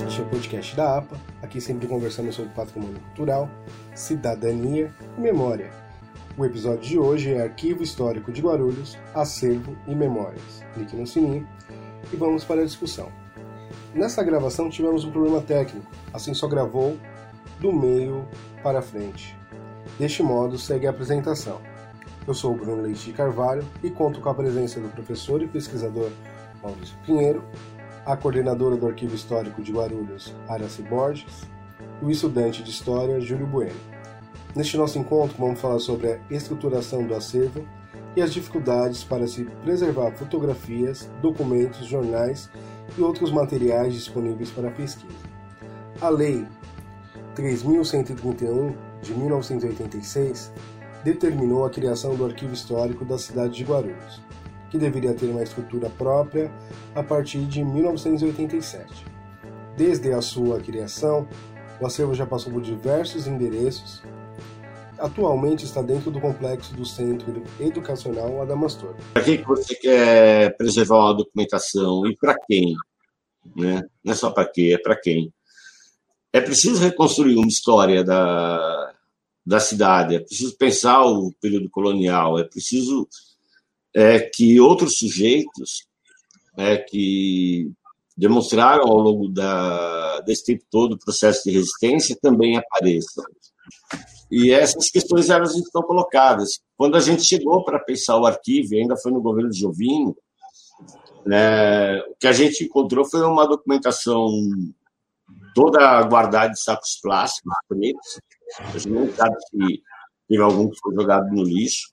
Este é o podcast da APA, aqui sempre conversando sobre patrimônio cultural, cidadania e memória. O episódio de hoje é Arquivo Histórico de Guarulhos, Acervo e Memórias. Clique no sininho e vamos para a discussão. Nessa gravação tivemos um problema técnico, assim só gravou do meio para frente. Deste modo, segue a apresentação. Eu sou o Bruno Leite de Carvalho e conto com a presença do professor e pesquisador Maurício Pinheiro, a coordenadora do Arquivo Histórico de Guarulhos, Aracy Borges, e o estudante de História, Júlio Bueno. Neste nosso encontro, vamos falar sobre a estruturação do acervo e as dificuldades para se preservar fotografias, documentos, jornais e outros materiais disponíveis para pesquisa. A Lei 3.131, de 1986, determinou a criação do Arquivo Histórico da cidade de Guarulhos, que deveria ter uma estrutura própria a partir de 1987. Desde a sua criação, o acervo já passou por diversos endereços. Atualmente está dentro do complexo do Centro Educacional Adamastor. Para que você quer preservar uma documentação e para quem? Né? Não é só para quê, é para quem. É preciso reconstruir uma história da cidade, é preciso pensar o período colonial, é preciso que outros sujeitos que demonstraram ao longo desse tempo todo o processo de resistência também apareçam. E essas questões elas estão colocadas. Quando a gente chegou para pensar o arquivo, ainda foi no governo de Jovino, o que a gente encontrou foi uma documentação toda guardada em sacos plásticos pretos. A gente não sabe se teve algum que foi jogado no lixo.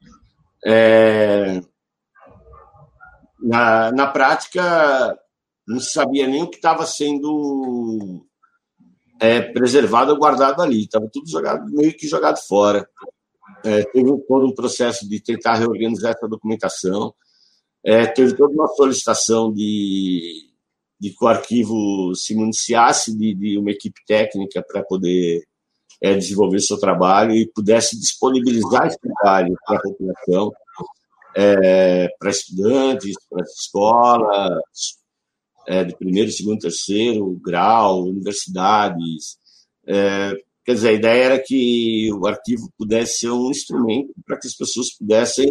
Na prática, não se sabia nem o que estava sendo preservado ou guardado ali. Estava tudo meio que jogado fora. Teve todo um processo de tentar reorganizar essa documentação. Teve toda uma solicitação de que o arquivo se municiasse de uma equipe técnica para poder desenvolver seu trabalho e pudesse disponibilizar esse trabalho para a população, para estudantes, para as escolas, de primeiro, segundo, terceiro grau, universidades. Quer dizer, a ideia era que o arquivo pudesse ser um instrumento para que as pessoas pudessem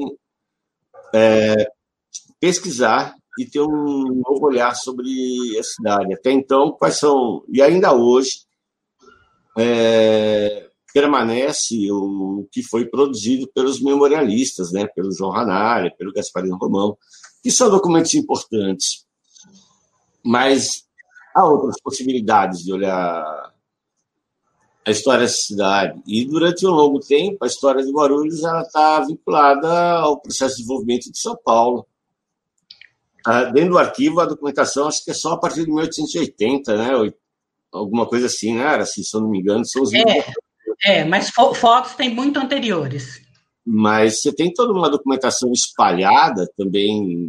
pesquisar e ter um novo olhar sobre a cidade. Até então, quais são... E ainda hoje, permanece o que foi produzido pelos memorialistas, pelo João Ranalha, pelo Gasparino Romão, que são documentos importantes. Mas há outras possibilidades de olhar a história da cidade. E, durante um longo tempo, a história de Guarulhos está vinculada ao processo de desenvolvimento de São Paulo. Dentro do arquivo, a documentação, acho que é só a partir de 1880, alguma coisa assim, Aracy, se eu não me engano, são os livros. Mas fotos tem muito anteriores. Mas você tem toda uma documentação espalhada também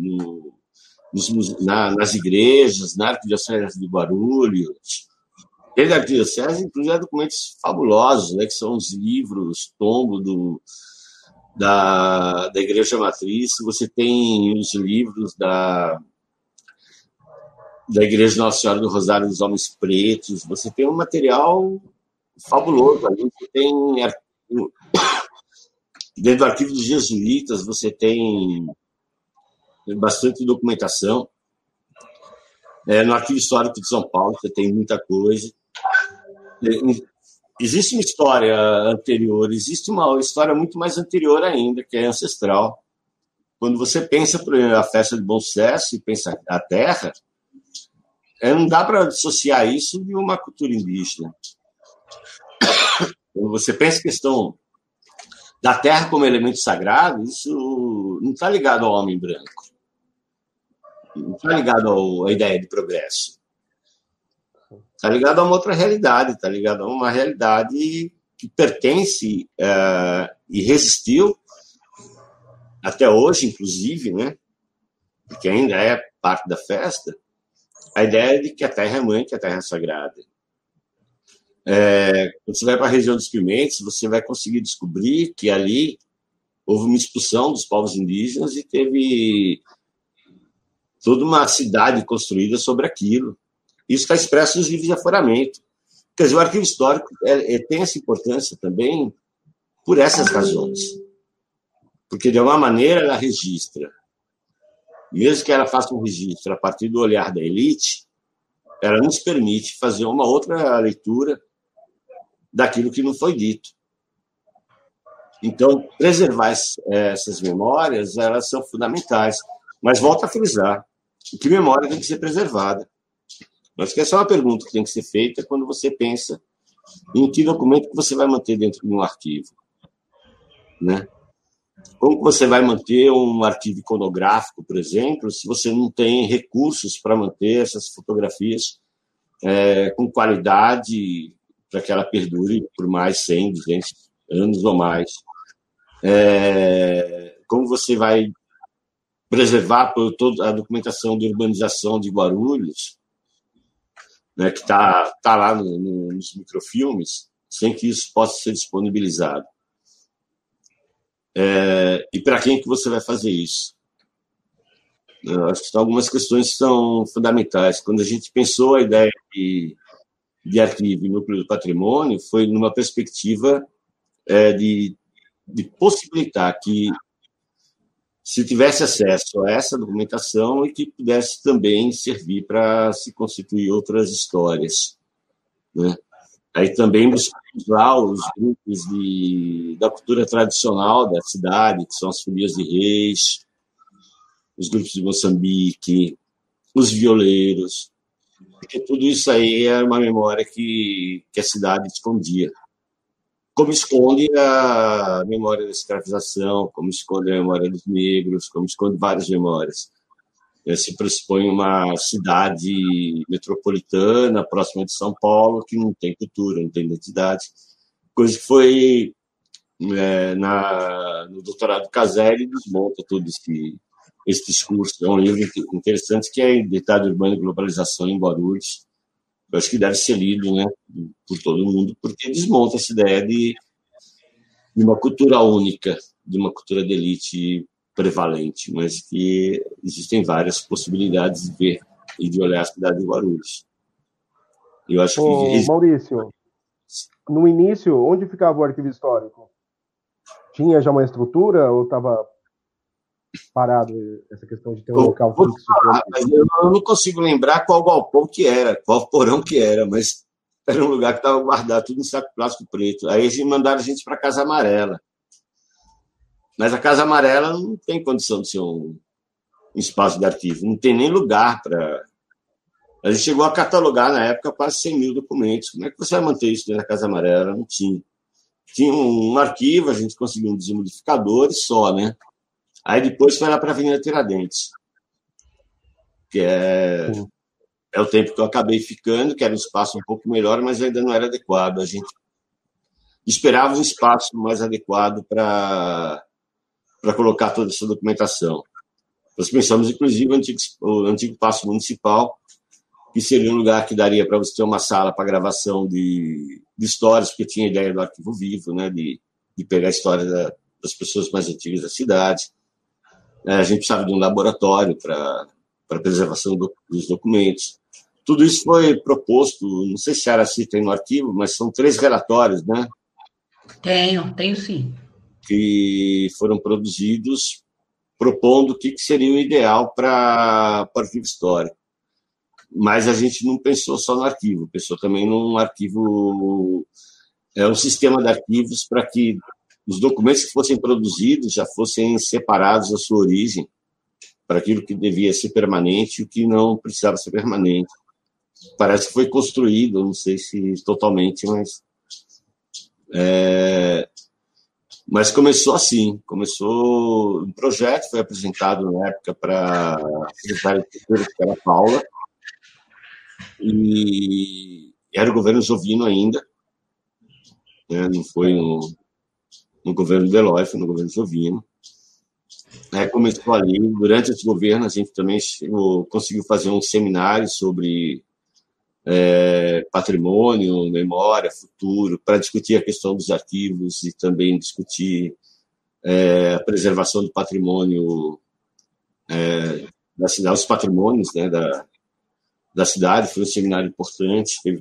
nas igrejas, na Arquidiocese de Guarulhos. Dentro da Arquidiocese, inclusive, há documentos fabulosos, que são os livros, tombo da Igreja Matriz. Você tem os livros da Igreja Nossa Senhora do Rosário dos Homens Pretos. Você tem um material fabuloso ali. Você tem dentro do arquivo dos jesuítas, você tem bastante documentação. No Arquivo Histórico de São Paulo você tem muita coisa. Existe uma história anterior, existe uma história muito mais anterior ainda, que é ancestral. Quando você pensa, por exemplo, a festa de Bom Sucesso e pensa a terra, não dá para dissociar isso de uma cultura indígena. Quando você pensa a questão da terra como elemento sagrado, isso não está ligado ao homem branco. Não está ligado à ideia de progresso. Está ligado a uma outra realidade, está ligado a uma realidade que pertence e resistiu até hoje, inclusive, porque ainda é parte da festa, a ideia de que a terra é mãe, que a terra é sagrada. Quando você vai para a região dos Pimentos, você vai conseguir descobrir que ali houve uma expulsão dos povos indígenas e teve toda uma cidade construída sobre aquilo. Isso está expresso nos livros de aforamento. Quer dizer, o arquivo histórico tem essa importância também por essas razões. Porque, de alguma maneira, ela registra. Mesmo que ela faça um registro a partir do olhar da elite, ela nos permite fazer uma outra leitura daquilo que não foi dito. Então, preservar essas memórias, elas são fundamentais. Mas volto a frisar, que memória tem que ser preservada? Acho que essa é uma pergunta que tem que ser feita quando você pensa em que documento que você vai manter dentro de um arquivo, né? Como que você vai manter um arquivo iconográfico, por exemplo, se você não tem recursos para manter essas fotografias com qualidade para que ela perdure por mais 100, 200 anos ou mais? Como você vai preservar toda a documentação de urbanização de Guarulhos, né, que está lá nos microfilmes, sem que isso possa ser disponibilizado? E para quem que você vai fazer isso? Eu acho que algumas questões são fundamentais. Quando a gente pensou a ideia de arquivo e núcleo do patrimônio, foi numa perspectiva de possibilitar que se tivesse acesso a essa documentação e que pudesse também servir para se constituir outras histórias, né? Aí também buscamos lá os grupos da cultura tradicional da cidade, que são as folias de reis, os grupos de Moçambique, os violeiros, porque tudo isso aí é uma memória que a cidade escondia. Como esconde a memória da escravização, como esconde a memória dos negros, como esconde várias memórias. Se pressupõe uma cidade metropolitana, próxima de São Paulo, que não tem cultura, não tem identidade. Coisa que foi, no doutorado Caselli, desmonta todo esse discurso. É um livro interessante que é Identidade Urbana e Globalização em Guarulhos. Eu acho que deve ser lido, né, por todo mundo, porque desmonta essa ideia de uma cultura única, de uma cultura de elite prevalente, mas que existem várias possibilidades de ver e de olhar a cidade de Guarulhos. Eu acho que... Maurício, no início, onde ficava o arquivo histórico? Tinha já uma estrutura ou estava parado essa questão de ter um local fixo? Mas eu não consigo lembrar qual galpão que era, qual porão que era, mas era um lugar que estava guardado tudo em saco plástico preto. Aí eles mandaram a gente para a Casa Amarela. Mas a Casa Amarela não tem condição de ser um espaço de arquivo, não tem nem lugar para... A gente chegou a catalogar, na época, quase 100 mil documentos. Como é que você vai manter isso dentro da Casa Amarela? Não tinha. Tinha um arquivo, a gente conseguiu um desmodificador e só, né? Aí depois foi lá para a Avenida Tiradentes, que é o tempo que eu acabei ficando, que era um espaço um pouco melhor, mas ainda não era adequado. A gente esperava um espaço mais adequado para colocar toda essa documentação. Nós pensamos, inclusive, o antigo Paço Municipal, que seria um lugar que daria para você ter uma sala para gravação de histórias, porque tinha a ideia do arquivo vivo, né, de pegar a história das pessoas mais antigas da cidade. A gente precisava de um laboratório para preservação dos documentos. Tudo isso foi proposto, não sei se a Araci tem no arquivo, mas são 3 relatórios, né? Tenho sim. Que foram produzidos propondo o que seria o ideal para o arquivo histórico. Mas a gente não pensou só no arquivo, pensou também num arquivo, um sistema de arquivos para que os documentos que fossem produzidos já fossem separados da sua origem, para aquilo que devia ser permanente e o que não precisava ser permanente. Parece que foi construído, não sei se totalmente, mas começou assim, começou um projeto, foi apresentado na época para a secretária de Cultura, que era a Paula, e era o governo Jovino ainda, né? Não foi no governo Deloy, foi no governo Jovino. Começou ali, durante esse governo a gente também conseguiu fazer um seminário sobre patrimônio, memória, futuro, para discutir a questão dos arquivos e também discutir a preservação do patrimônio da cidade, os patrimônios, né, da cidade, foi um seminário importante, teve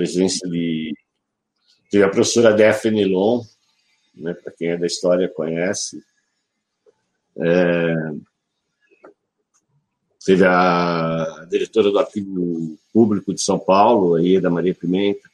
teve a professora Daphne Lon, né, para quem é da história conhece, teve a diretora do Arquivo Público de São Paulo, a Ieda Maria Pimenta.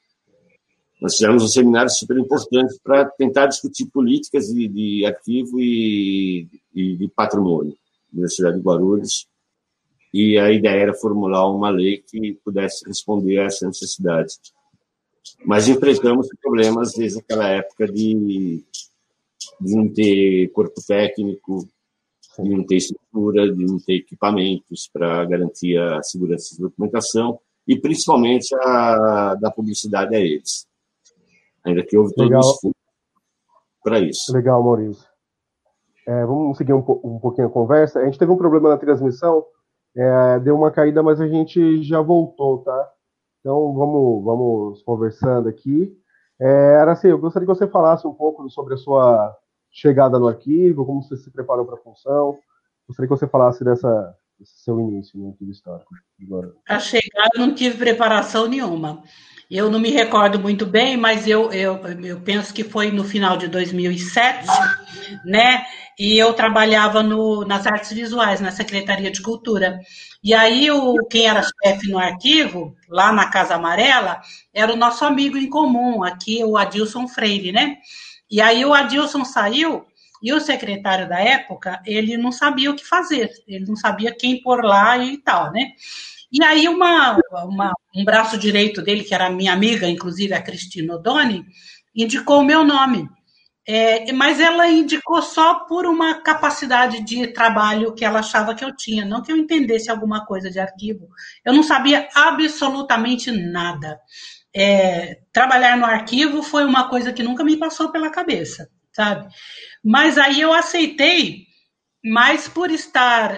Nós fizemos um seminário super importante para tentar discutir políticas de arquivo e de patrimônio na Universidade de Guarulhos, e a ideia era formular uma lei que pudesse responder a essa necessidade. Mas enfrentamos problemas desde aquela época de não ter corpo técnico, de não ter estrutura, de não ter equipamentos para garantir a segurança da documentação e, principalmente, da publicidade a eles. Ainda que houve todo um esforço para isso. Legal, Maurício. Vamos seguir um pouquinho a conversa. A gente teve um problema na transmissão, deu uma caída, mas a gente já voltou, tá? Então, vamos conversando aqui. Aracy, eu gostaria que você falasse um pouco sobre a sua chegada no arquivo, como você se preparou para a função. Gostaria que você falasse desse seu início no arquivo histórico. A chegada, eu não tive preparação nenhuma. Eu não me recordo muito bem, mas eu penso que foi no final de 2007, né? E eu trabalhava nas artes visuais, na Secretaria de Cultura. E aí, quem era chefe no arquivo, lá na Casa Amarela, era o nosso amigo em comum, aqui, o Adilson Freire, né? E aí o Adilson saiu, e o secretário da época, ele não sabia o que fazer, ele não sabia quem pôr lá e tal, né? E aí um braço direito dele, que era minha amiga, inclusive a Cristina Odoni, indicou o meu nome. Mas ela indicou só por uma capacidade de trabalho que ela achava que eu tinha, não que eu entendesse alguma coisa de arquivo. Eu não sabia absolutamente nada. Trabalhar no arquivo foi uma coisa que nunca me passou pela cabeça, sabe? Mas aí eu aceitei, mas por estar...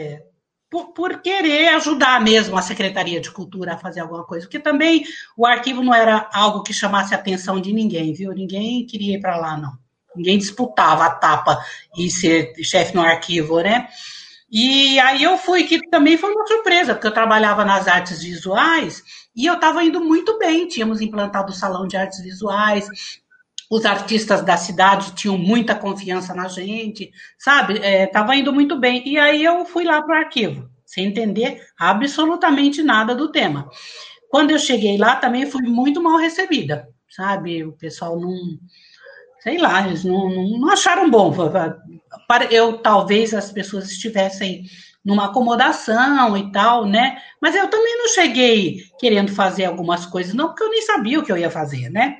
por querer ajudar mesmo a Secretaria de Cultura a fazer alguma coisa, porque também o arquivo não era algo que chamasse a atenção de ninguém, viu? Ninguém queria ir para lá, não. Ninguém disputava a tapa e ser chefe no arquivo, né? E aí eu fui, que também foi uma surpresa, porque eu trabalhava nas artes visuais e eu estava indo muito bem, tínhamos implantado o Salão de Artes Visuais, os artistas da cidade tinham muita confiança na gente, sabe? Estava indo muito bem. E aí eu fui lá para o arquivo, sem entender absolutamente nada do tema. Quando eu cheguei lá, também fui muito mal recebida, sabe? O pessoal não... Sei lá, eles não acharam bom. Talvez as pessoas estivessem numa acomodação e tal, né? Mas eu também não cheguei querendo fazer algumas coisas, não, porque eu nem sabia o que eu ia fazer, né?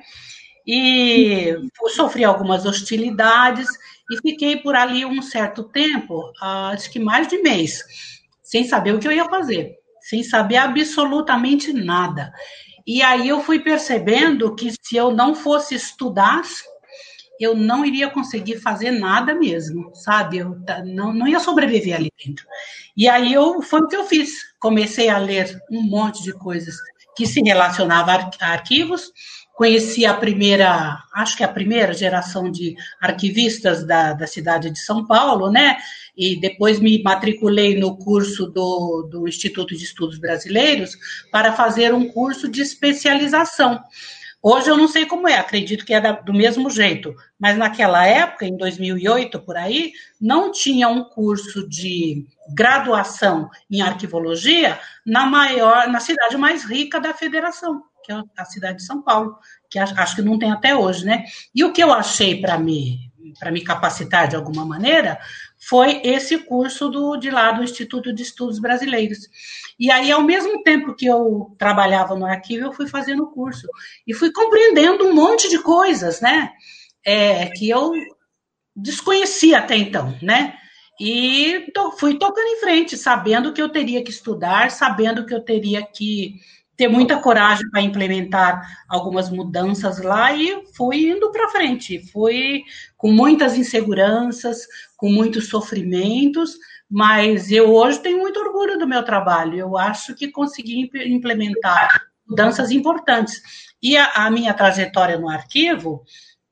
E sofri algumas hostilidades e fiquei por ali um certo tempo, acho que mais de mês, sem saber o que eu ia fazer, sem saber absolutamente nada. E aí eu fui percebendo que se eu não fosse estudar, eu não iria conseguir fazer nada mesmo, sabe? Eu não ia sobreviver ali dentro. E aí foi o que eu fiz. Comecei a ler um monte de coisas que se relacionavam a arquivos. Conheci a primeira geração de arquivistas da cidade de São Paulo, né? E depois me matriculei no curso do Instituto de Estudos Brasileiros para fazer um curso de especialização. Hoje eu não sei como acredito que é do mesmo jeito, mas naquela época, em 2008, por aí, não tinha um curso de graduação em arquivologia na cidade mais rica da federação, que é a cidade de São Paulo, que acho que não tem até hoje, né? E o que eu achei para me capacitar de alguma maneira foi esse curso de lá do Instituto de Estudos Brasileiros. E aí, ao mesmo tempo que eu trabalhava no arquivo, eu fui fazendo o curso e fui compreendendo um monte de coisas, né? Que eu desconhecia até então, né? E fui tocando em frente, sabendo que eu teria que estudar, sabendo que eu teria que ter muita coragem para implementar algumas mudanças lá e fui indo para frente. Fui com muitas inseguranças, com muitos sofrimentos, mas eu hoje tenho muito orgulho do meu trabalho. Eu acho que consegui implementar mudanças importantes. E a minha trajetória no arquivo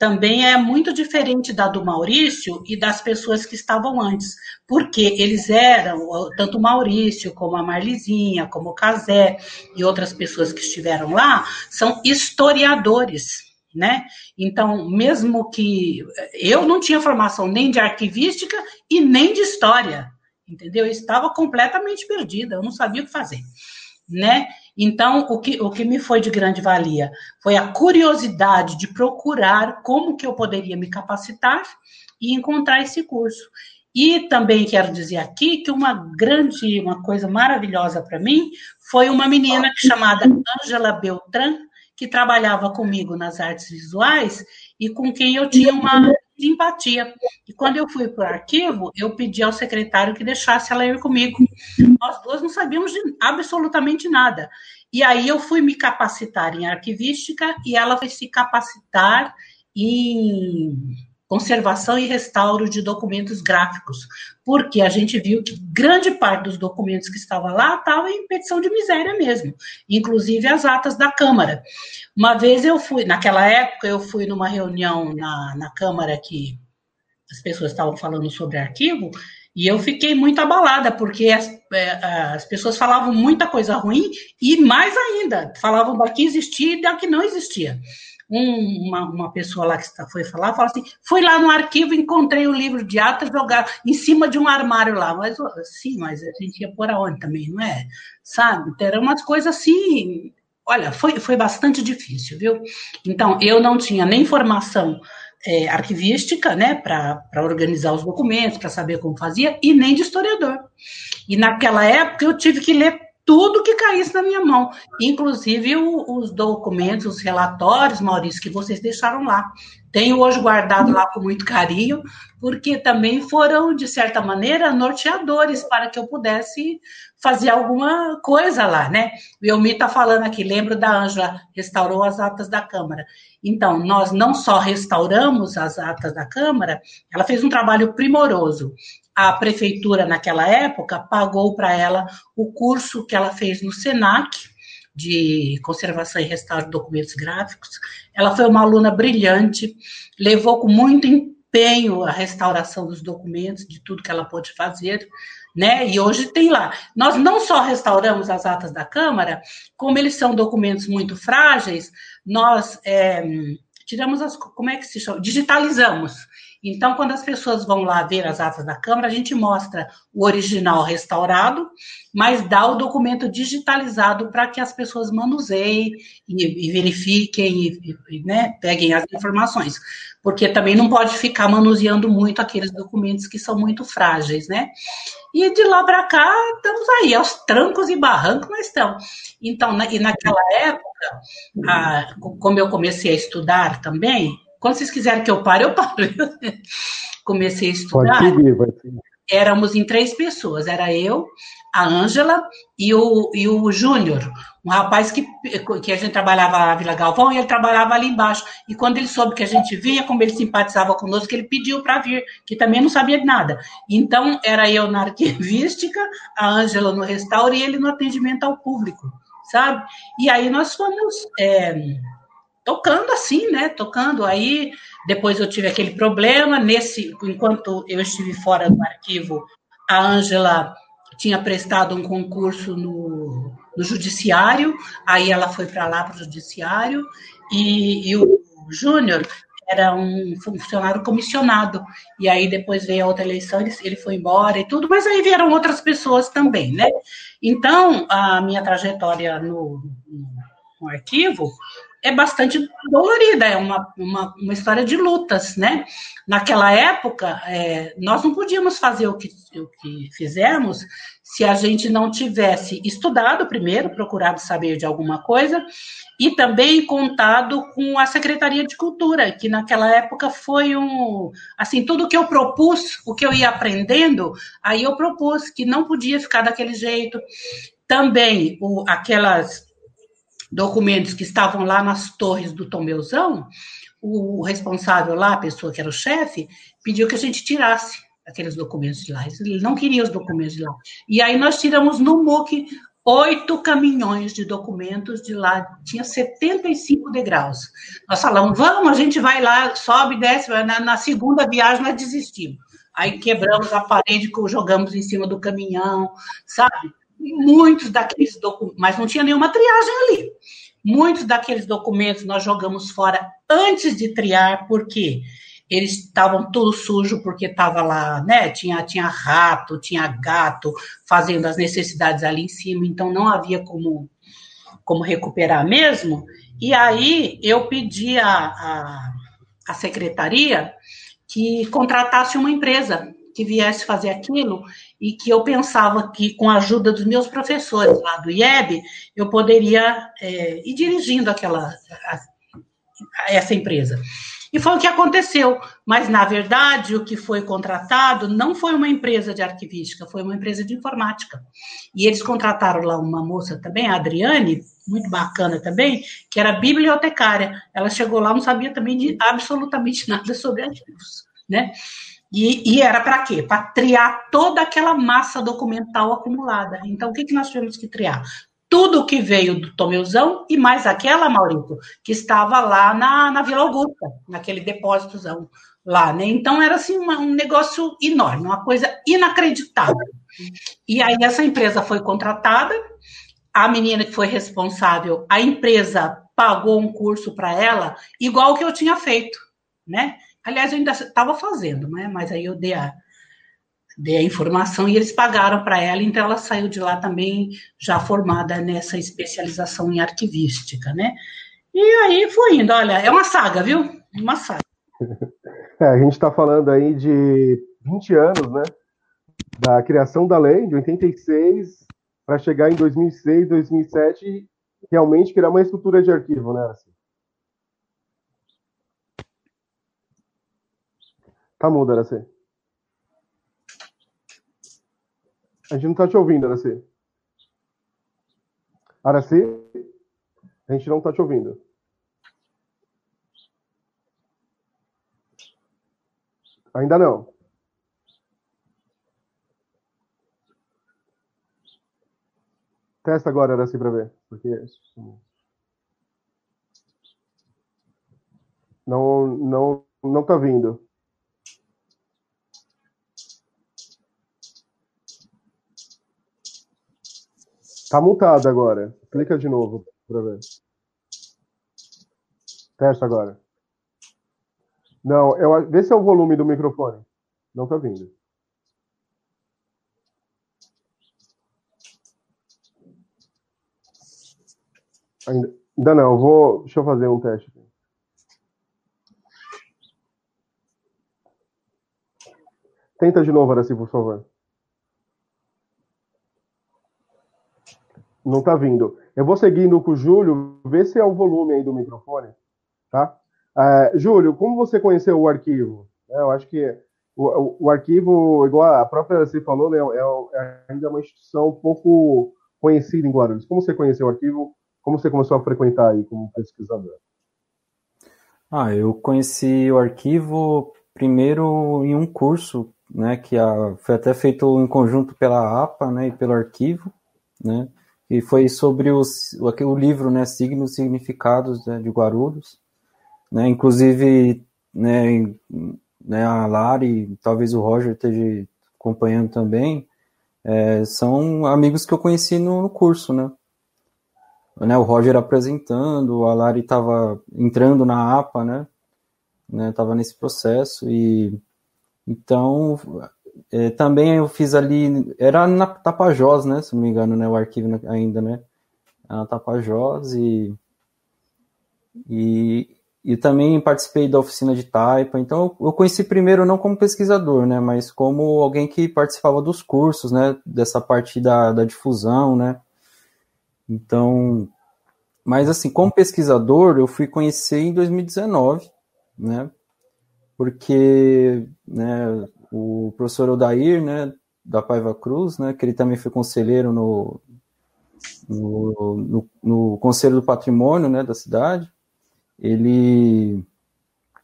também é muito diferente da do Maurício e das pessoas que estavam antes, porque eles eram, tanto o Maurício, como a Marlizinha, como o Cazé e outras pessoas que estiveram lá, são historiadores, né? Então, mesmo que eu não tinha formação nem de arquivística e nem de história, entendeu? Eu estava completamente perdida, eu não sabia o que fazer, né? Então, o que me foi de grande valia foi a curiosidade de procurar como que eu poderia me capacitar e encontrar esse curso. E também quero dizer aqui que uma coisa maravilhosa para mim foi uma menina chamada Ângela Beltrán, que trabalhava comigo nas artes visuais e com quem eu tinha uma empatia. E quando eu fui para o arquivo, eu pedi ao secretário que deixasse ela ir comigo. Nós duas não sabíamos de absolutamente nada. E aí eu fui me capacitar em arquivística e ela foi se capacitar em conservação e restauro de documentos gráficos, porque a gente viu que grande parte dos documentos que estavam lá estava em petição de miséria mesmo, inclusive as atas da Câmara. Uma vez naquela época, eu fui numa reunião na Câmara que as pessoas estavam falando sobre arquivo, e eu fiquei muito abalada, porque as pessoas falavam muita coisa ruim, e mais ainda, falavam da que existia e da que não existia. Uma pessoa lá que foi falar, falou assim, fui lá no arquivo, encontrei o livro de atas, jogar em cima de um armário lá, mas sim, mas a gente ia por aonde também, não é? Sabe? Então, eram umas coisas assim, olha, foi bastante difícil, viu? Então, eu não tinha nem formação arquivística, né, para organizar os documentos, para saber como fazia, e nem de historiador. E naquela época eu tive que ler tudo que caísse na minha mão, inclusive os documentos, os relatórios, Maurício, que vocês deixaram lá. Tenho hoje guardado lá com muito carinho, porque também foram, de certa maneira, norteadores para que eu pudesse fazer alguma coisa lá, né? O Elmi está falando aqui, lembro da Ângela, restaurou as atas da Câmara. Então, nós não só restauramos as atas da Câmara, ela fez um trabalho primoroso. A prefeitura, naquela época, pagou para ela o curso que ela fez no SENAC, de conservação e restauro de documentos gráficos. Ela foi uma aluna brilhante, levou com muito empenho a restauração dos documentos, de tudo que ela pôde fazer, né? E hoje tem lá. Nós não só restauramos as atas da Câmara, como eles são documentos muito frágeis, nós tiramos como é que se chama? Digitalizamos. Então, quando as pessoas vão lá ver as atas da Câmara, a gente mostra o original restaurado, mas dá o documento digitalizado para que as pessoas manuseiem e verifiquem e né, peguem as informações. Porque também não pode ficar manuseando muito aqueles documentos que são muito frágeis, né? E de lá para cá, estamos aí, aos trancos e barrancos nós estamos. Então, e naquela época, como eu comecei a estudar também, quando vocês quiserem que eu pare, eu paro. Comecei a estudar. Vai seguir. Éramos em 3 pessoas. Era eu, a Ângela e o Júnior, um rapaz que a gente trabalhava na Vila Galvão e ele trabalhava ali embaixo. E quando ele soube que a gente vinha, como ele simpatizava conosco, ele pediu para vir, que também não sabia de nada. Então, era eu na arquivística, a Ângela no restauro e ele no atendimento ao público, sabe? E aí nós fomos tocando assim, né? Tocando. Aí, depois eu tive aquele problema. Enquanto eu estive fora do arquivo, a Ângela tinha prestado um concurso no judiciário, aí ela foi para lá, para o judiciário, e o Júnior era um funcionário comissionado, e aí depois veio a outra eleição, ele foi embora e tudo, mas aí vieram outras pessoas também, né? Então, a minha trajetória no arquivo é bastante dolorida, é uma história de lutas, né? Naquela época, nós não podíamos fazer o que fizemos se a gente não tivesse estudado primeiro, procurado saber de alguma coisa, e também contado com a Secretaria de Cultura, que naquela época foi assim, tudo que eu propus, o que eu ia aprendendo, aí eu propus que não podia ficar daquele jeito. Também aquelas documentos que estavam lá nas torres do Tombeuzão, o responsável lá, a pessoa que era o chefe, pediu que a gente tirasse aqueles documentos de lá. Ele não queria os documentos de lá. E aí nós tiramos no MOOC 8 caminhões de documentos de lá, tinha 75 degraus. Nós falamos, vamos, a gente vai lá, sobe, desce, na segunda viagem nós desistimos. Aí quebramos a parede, jogamos em cima do caminhão, sabe? Muitos daqueles documentos, mas não tinha nenhuma triagem ali. Muitos daqueles documentos nós jogamos fora antes de triar, porque eles estavam tudo sujo, porque estava lá, né? Tinha rato, tinha gato fazendo as necessidades ali em cima, então não havia como recuperar mesmo. E aí eu pedi à secretaria que contratasse uma empresa que viesse fazer aquilo, e que eu pensava que, com a ajuda dos meus professores lá do IEB, eu poderia ir dirigindo essa empresa. E foi o que aconteceu. Mas, na verdade, o que foi contratado não foi uma empresa de arquivística, foi uma empresa de informática. E eles contrataram lá uma moça também, a Adriane, muito bacana também, que era bibliotecária. Ela chegou lá, não sabia também de absolutamente nada sobre arquivos, né? E era para quê? Para triar toda aquela massa documental acumulada. Então, o que nós tivemos que triar? Tudo que veio do Tomeuzão e mais aquela, Maurito, que estava lá na Vila Augusta, naquele depósitozão lá, né? Então, era assim um negócio enorme, uma coisa inacreditável. E aí essa empresa foi contratada, a menina que foi responsável, a empresa pagou um curso para ela, igual o que eu tinha feito, né? Aliás, eu ainda estava fazendo, né? Mas aí eu dei a informação e eles pagaram para ela, então ela saiu de lá também já formada nessa especialização em arquivística, né? E aí foi indo, olha, é uma saga, viu? Uma saga. A gente está falando aí de 20 anos, né? Da criação da lei, de 86, para chegar em 2006, 2007, realmente criar uma estrutura de arquivo, né? Assim. Tá mudo, Araci. A gente não tá te ouvindo, Araci. Araci, a gente não tá te ouvindo. Ainda não. Testa agora, Araci, para ver. Porque não tá vindo. Tá mutado agora. Clica de novo para ver. Testa agora. Não, vê se é o volume do microfone. Não tá vindo. Ainda não. Deixa eu fazer um teste. Tenta de novo, Araci, por favor. Não tá vindo. Eu vou seguindo com o Júlio, ver se é o volume aí do microfone, tá? Júlio, como você conheceu o arquivo? Eu acho que o arquivo, igual a própria Araci falou, né, é ainda uma instituição pouco conhecida em Guarulhos. Como você conheceu o arquivo? Como você começou a frequentar aí como pesquisador? Eu conheci o arquivo primeiro em um curso, né, que foi até feito em conjunto pela APA, né, e pelo arquivo, né, e foi sobre o livro, né, Signos e Significados, né, de Guarulhos, né, inclusive, né, a Lari, talvez o Roger esteja acompanhando também, são amigos que eu conheci no curso, né, o Roger apresentando, a Lari estava entrando na APA, né, estava nesse processo, e então também eu fiz ali, era na Tapajós, né, se não me engano, né, o arquivo ainda, né, na Tapajós, e também participei da oficina de taipa. Então eu conheci primeiro não como pesquisador, né, mas como alguém que participava dos cursos, né, dessa parte da difusão, né. Então, mas assim, como pesquisador, eu fui conhecer em 2019, né, porque, né, o professor Odair, né, da Paiva Cruz, né, que ele também foi conselheiro no Conselho do Patrimônio, né, da cidade,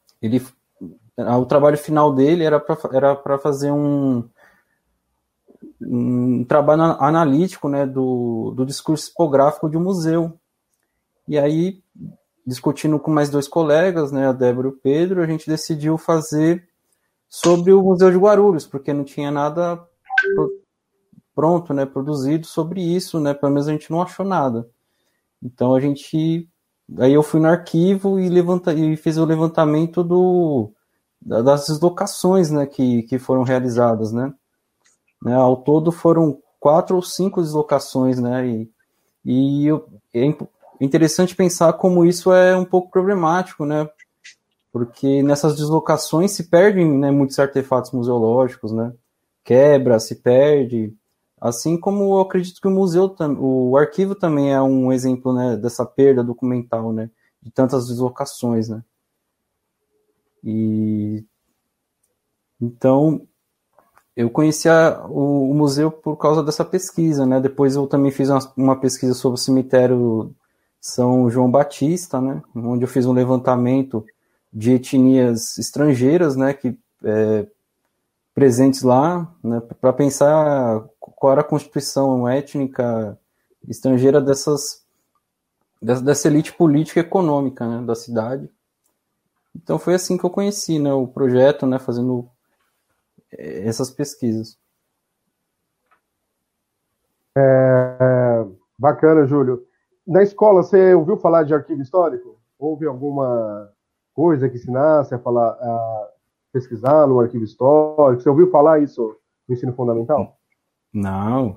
o trabalho final dele era para fazer um trabalho analítico, né, do discurso tipográfico de um museu. E aí, discutindo com mais 2 colegas, né, a Débora e o Pedro, a gente decidiu fazer sobre o Museu de Guarulhos, porque não tinha nada pronto, né, produzido sobre isso, né, pelo menos a gente não achou nada. Então aí eu fui no arquivo e fiz o levantamento das deslocações, né, que foram realizadas, né. Ao todo foram 4 ou 5 deslocações, né, é interessante pensar como isso é um pouco problemático, né, porque nessas deslocações se perdem, né, muitos artefatos museológicos, né, se perde, assim como eu acredito que o arquivo também é um exemplo, né, dessa perda documental, né, de tantas deslocações, né. E então eu conheci o museu por causa dessa pesquisa, né. Depois eu também fiz uma pesquisa sobre o cemitério São João Batista, né, onde eu fiz um levantamento de etnias estrangeiras, né, que presentes lá, né, para pensar qual era a constituição étnica estrangeira dessa elite política e econômica, né, da cidade. Então foi assim que eu conheci, né, o projeto, né, fazendo essas pesquisas. Bacana, Júlio. Na escola, você ouviu falar de arquivo histórico? Houve alguma coisa que ensinasse a pesquisar no arquivo histórico? Você ouviu falar isso no ensino fundamental? Não.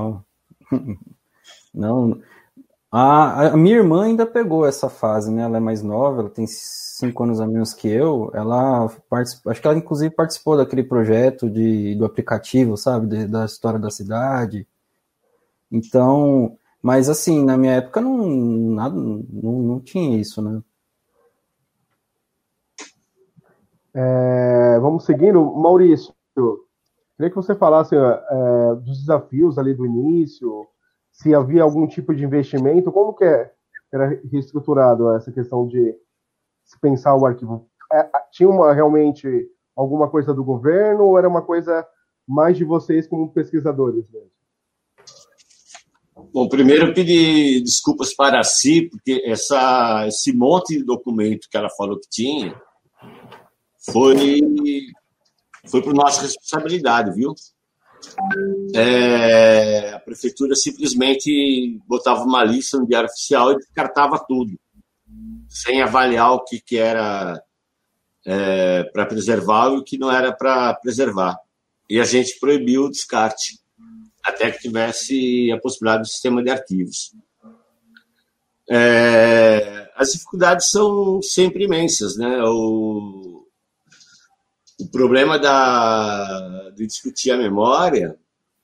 A minha irmã ainda pegou essa fase, né? Ela é mais nova, ela tem 5 anos a menos que eu. Acho que ela inclusive participou daquele projeto do aplicativo, sabe? Da história da cidade. Então, mas assim, na minha época não tinha isso, né? Vamos seguindo. Maurício, queria que você falasse dos desafios ali do início, se havia algum tipo de investimento, como que era reestruturado essa questão de se pensar o arquivo? Tinha realmente alguma coisa do governo ou era uma coisa mais de vocês como pesquisadores mesmo? Bom, primeiro eu pedi desculpas para si, porque esse monte de documento que ela falou que tinha foi por nossa responsabilidade, viu? A prefeitura simplesmente botava uma lista no Diário Oficial e descartava tudo, sem avaliar o que era para preservar e o que não era para preservar. E a gente proibiu o descarte, até que tivesse a possibilidade do sistema de arquivos. As dificuldades são sempre imensas, né? O problema de discutir a memória,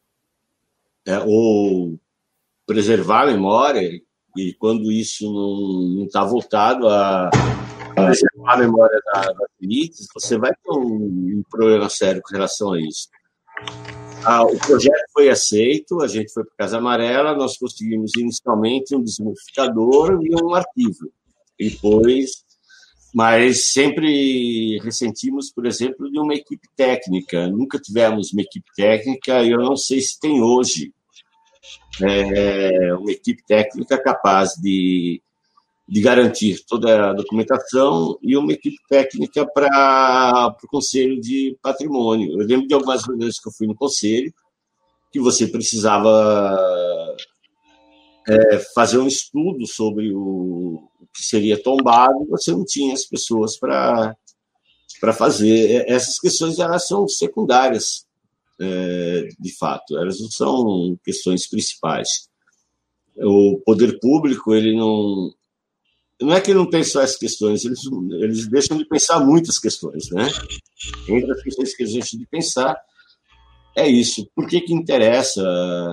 ou preservar a memória, e quando isso não está voltado a preservar a memória das elites, você vai ter um problema sério com relação a isso. O projeto foi aceito, a gente foi para a Casa Amarela, nós conseguimos inicialmente um desmodificador e um arquivo. Mas sempre ressentimos, por exemplo, de uma equipe técnica. Nunca tivemos uma equipe técnica, e eu não sei se tem hoje uma equipe técnica capaz de garantir toda a documentação e uma equipe técnica para o Conselho de Patrimônio. Eu lembro de algumas reuniões que eu fui no Conselho, que você precisava fazer um estudo sobre o que seria tombado, você não tinha as pessoas para fazer. Essas questões elas são secundárias, de fato, elas não são questões principais. O poder público, ele não é que não tem só essas questões, eles deixam de pensar muitas questões, né? Entre as questões que eles deixam de pensar, é isso. Por que interessa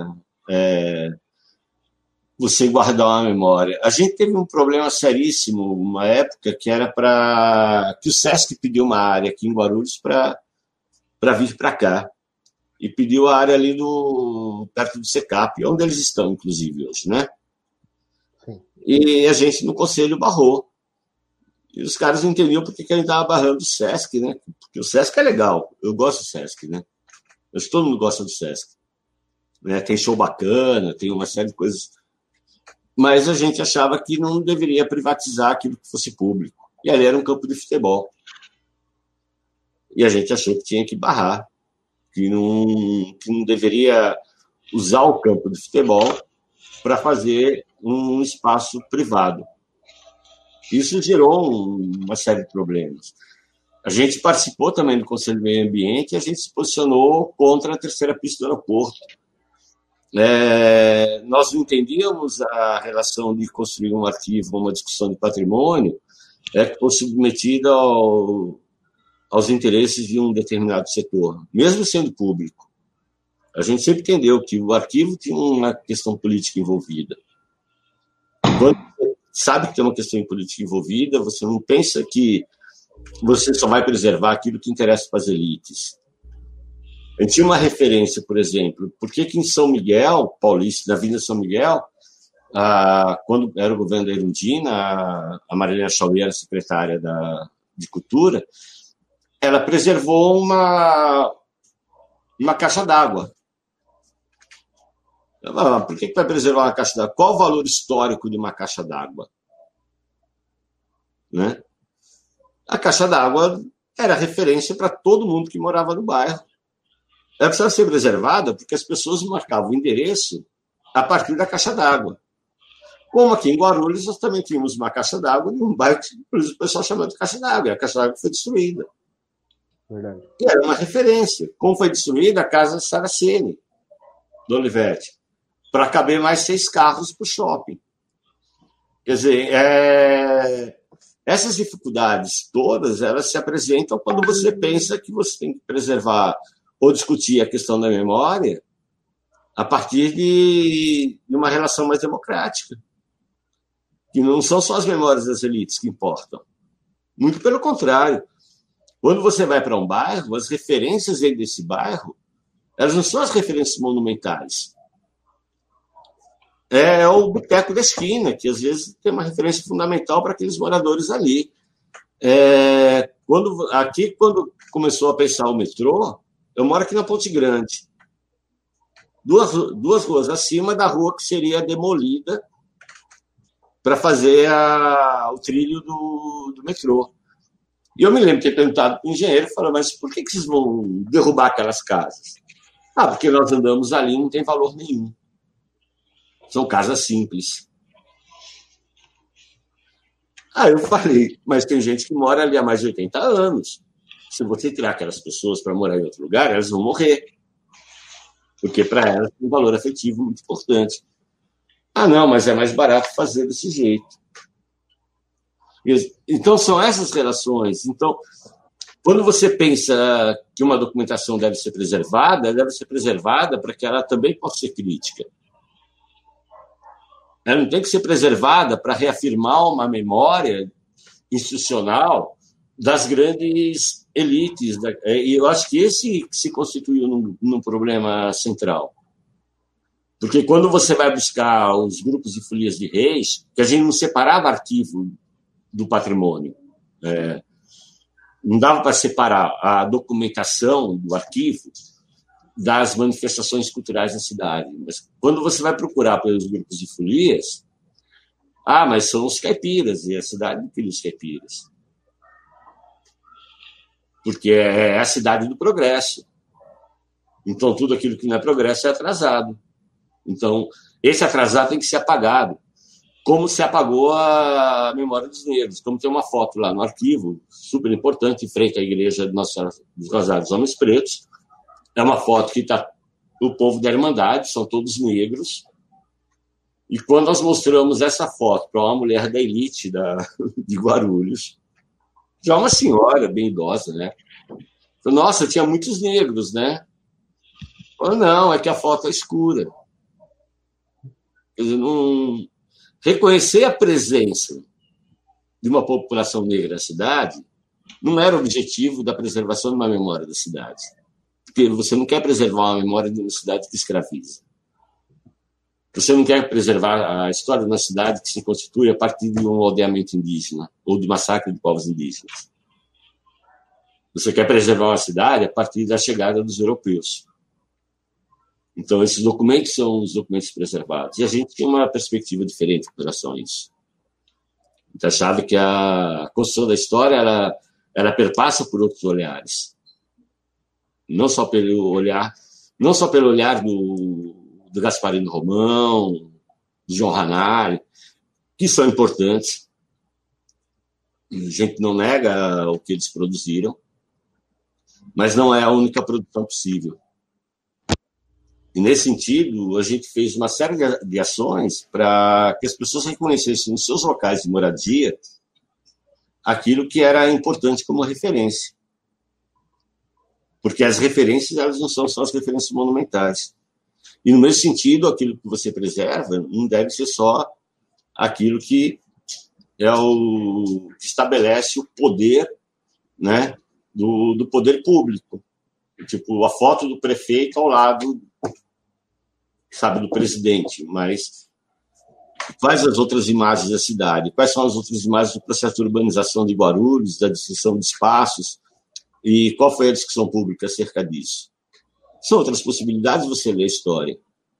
você guardar uma memória? A gente teve um problema seríssimo, uma época, que era que o SESC pediu uma área aqui em Guarulhos para vir para cá. E pediu a área ali perto do SECAP, onde eles estão, inclusive, hoje, né? E a gente no Conselho barrou. E os caras não entendiam por que a gente estava barrando o SESC, né? Porque o SESC é legal. Eu gosto do SESC, né? Todo mundo gosta do SESC. né? Tem show bacana, tem uma série de coisas. Mas a gente achava que não deveria privatizar aquilo que fosse público. E ali era um campo de futebol. E a gente achou que tinha que barrar, que não deveria usar o campo de futebol para fazer um espaço privado. Isso gerou uma série de problemas. A gente participou também do Conselho de Meio Ambiente e a gente se posicionou contra a terceira pista do aeroporto. Nós não entendíamos a relação de construir um arquivo, uma discussão de patrimônio, que fosse submetida aos interesses de um determinado setor, mesmo sendo público. A gente sempre entendeu que o arquivo tinha uma questão política envolvida. Quando você sabe que tem uma questão política envolvida, você não pensa que você só vai preservar aquilo que interessa para as elites. A gente tinha uma referência, por exemplo, por que em São Miguel, Paulista, na Avenida São Miguel, quando era o governo da Erundina, a Marilena Chauí era secretária de Cultura, ela preservou uma caixa d'água. Por que vai preservar uma caixa d'água? Qual o valor histórico de uma caixa d'água? Né? A caixa d'água era referência para todo mundo que morava no bairro. Ela precisava ser preservada porque as pessoas marcavam o endereço a partir da caixa d'água. Como aqui em Guarulhos, nós também tínhamos uma caixa d'água em um bairro que o pessoal chamava de caixa d'água, e a caixa d'água foi destruída. Verdade. E era uma referência. Como foi destruída a casa de Saraceni, do Olivetti, para caber mais 6 carros para o shopping. Quer dizer, essas dificuldades todas, elas se apresentam quando você pensa que você tem que preservar ou discutir a questão da memória a partir de uma relação mais democrática. Que não são só as memórias das elites que importam. Muito pelo contrário. Quando você vai para um bairro, as referências dentro desse bairro, elas não são as referências monumentais. É o boteco da esquina, que às vezes tem uma referência fundamental para aqueles moradores ali. Quando começou a pensar o metrô, eu moro aqui na Ponte Grande. Duas ruas acima da rua que seria demolida para fazer o trilho do metrô. E eu me lembro de ter perguntado para o engenheiro, falando, mas por que vocês vão derrubar aquelas casas? Porque nós andamos ali e não tem valor nenhum. São casas simples. Eu falei, mas tem gente que mora ali há mais de 80 anos. Se você tirar aquelas pessoas para morar em outro lugar, elas vão morrer. Porque para elas tem um valor afetivo muito importante. Não, mas é mais barato fazer desse jeito. Então, são essas relações. Então, quando você pensa que uma documentação deve ser preservada para que ela também possa ser crítica. Ela não tem que ser preservada para reafirmar uma memória institucional das grandes elites. E eu acho que esse se constituiu num problema central. Porque quando você vai buscar os grupos de folias de reis, que a gente não separava arquivo do patrimônio. Não dava para separar a documentação do arquivo das manifestações culturais na cidade. Mas quando você vai procurar pelos grupos de folias, mas são os caipiras, e a cidade não queria os caipiras. Porque é a cidade do progresso. Então, tudo aquilo que não é progresso é atrasado. Então, esse atrasado tem que ser apagado. Como se apagou a memória dos negros. Como tem uma foto lá no arquivo, super importante, em frente à igreja de Nossa Senhora dos Rosários Homens Pretos. É uma foto que está o povo da Irmandade, são todos negros. E quando nós mostramos essa foto para uma mulher da elite de Guarulhos, já uma senhora bem idosa, né? Falei, nossa, tinha muitos negros, né? Falei, não, é que a foto é escura. Quer dizer, não... Reconhecer a presença de uma população negra na cidade não era o objetivo da preservação de uma memória da cidade. Porque você não quer preservar uma memória de uma cidade que escraviza. Você não quer preservar a história de uma cidade que se constitui a partir de um aldeamento indígena ou de massacre de povos indígenas. Você quer preservar uma cidade a partir da chegada dos europeus. Então, esses documentos são os documentos preservados. E a gente tinha uma perspectiva diferente em relação a isso. A gente achava que a construção da história ela perpassa por outros olhares. Não só pelo olhar do Gasparino Romão, do João Hanari, que são importantes. A gente não nega o que eles produziram, mas não é a única produção possível. E, nesse sentido, a gente fez uma série de ações para que as pessoas reconhecessem nos seus locais de moradia aquilo que era importante como referência. Porque as referências, elas não são só as referências monumentais. E, no mesmo sentido, aquilo que você preserva não deve ser só aquilo que é o que estabelece o poder, né, do poder público. Tipo, a foto do prefeito ao lado, sabe, do presidente, mas quais as outras imagens da cidade? Quais são as outras imagens do processo de urbanização de Guarulhos, da destruição de espaços? E qual foi a discussão pública acerca disso? São outras possibilidades de você ler a história.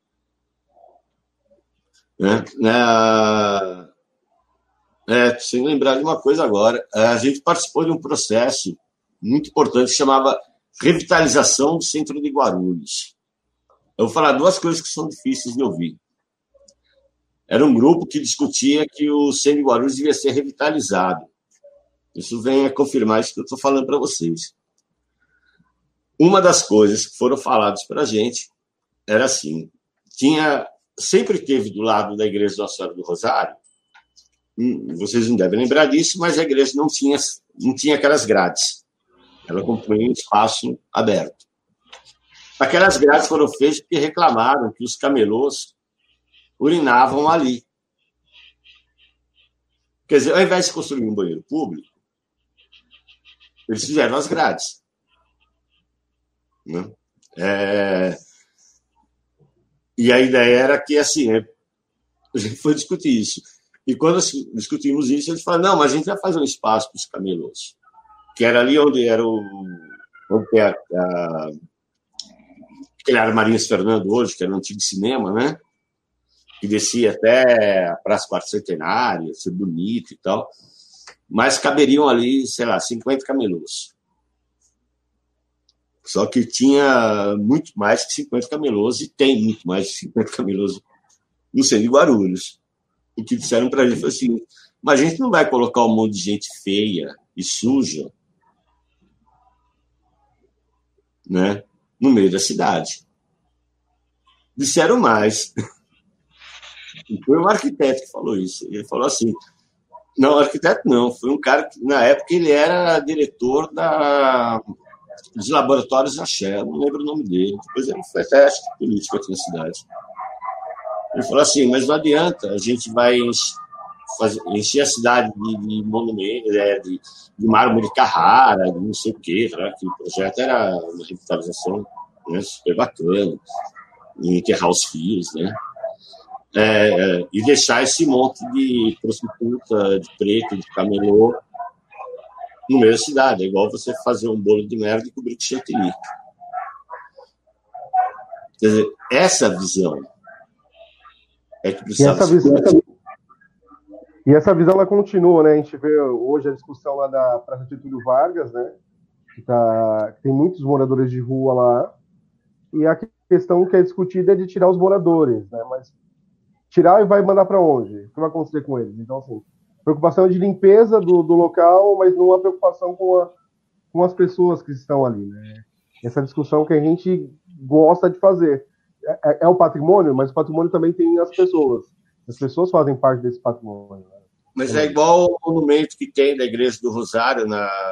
Sem lembrar de uma coisa agora, a gente participou de um processo muito importante que chamava Revitalização do Centro de Guarulhos. Eu vou falar duas coisas que são difíceis de ouvir. Era um grupo que discutia que o centro de Guarulhos devia ser revitalizado. Isso vem a confirmar isso que eu estou falando para vocês. Uma das coisas que foram faladas para a gente era assim, sempre teve do lado da Igreja Nossa Senhora do Rosário, vocês não devem lembrar disso, mas a igreja não tinha aquelas grades. Ela compunha um espaço aberto. Aquelas grades foram feitas porque reclamaram que os camelôs urinavam ali. Quer dizer, ao invés de construir um banheiro público, eles fizeram as grades. Né? E a ideia era que, assim, a gente foi discutir isso. E quando discutimos isso, eles falaram, não, mas a gente vai fazer um espaço para os camelôs. Que era ali onde era aquele Armarinhos Fernando hoje, que era um antigo cinema, né? Que descia até a Praça Quarto Centenário, ser bonito e tal. Mas caberiam ali, sei lá, 50 camelôs. Só que tinha muito mais que 50 camelôs, e tem muito mais que 50 camelôs no centro de Guarulhos. O que disseram para a gente foi assim, mas a gente não vai colocar um monte de gente feia e suja, né, no meio da cidade. Disseram mais. E foi um arquiteto que falou isso. Ele falou assim, não, arquiteto não, foi um cara que, na época, ele era diretor dos laboratórios Axé, não lembro o nome dele, depois ele foi até político aqui na cidade. Ele falou assim, mas não adianta, a gente vai encher a cidade de monumentos, de mármore de Carrara, de não sei o quê, tá? Que o projeto era uma revitalização, né, super bacana, e enterrar os fios, né? E deixar esse monte de prostituta, de preto, de camelô no meio da cidade. É igual você fazer um bolo de merda e cobrir de chantilly. Quer dizer, essa visão é que precisava E essa visão ela continua, né? A gente vê hoje a discussão lá da Praça Getúlio Vargas, né? Que tem muitos moradores de rua lá, e a questão que é discutida é de tirar os moradores, né? Mas tirar e vai mandar para onde? O que vai acontecer com eles? Então, assim, preocupação de limpeza do local, mas não há preocupação com as pessoas que estão ali, né? Essa discussão que a gente gosta de fazer. É o patrimônio, mas o patrimônio também tem as pessoas. As pessoas fazem parte desse patrimônio. Né? Mas é igual o monumento que tem da Igreja do Rosário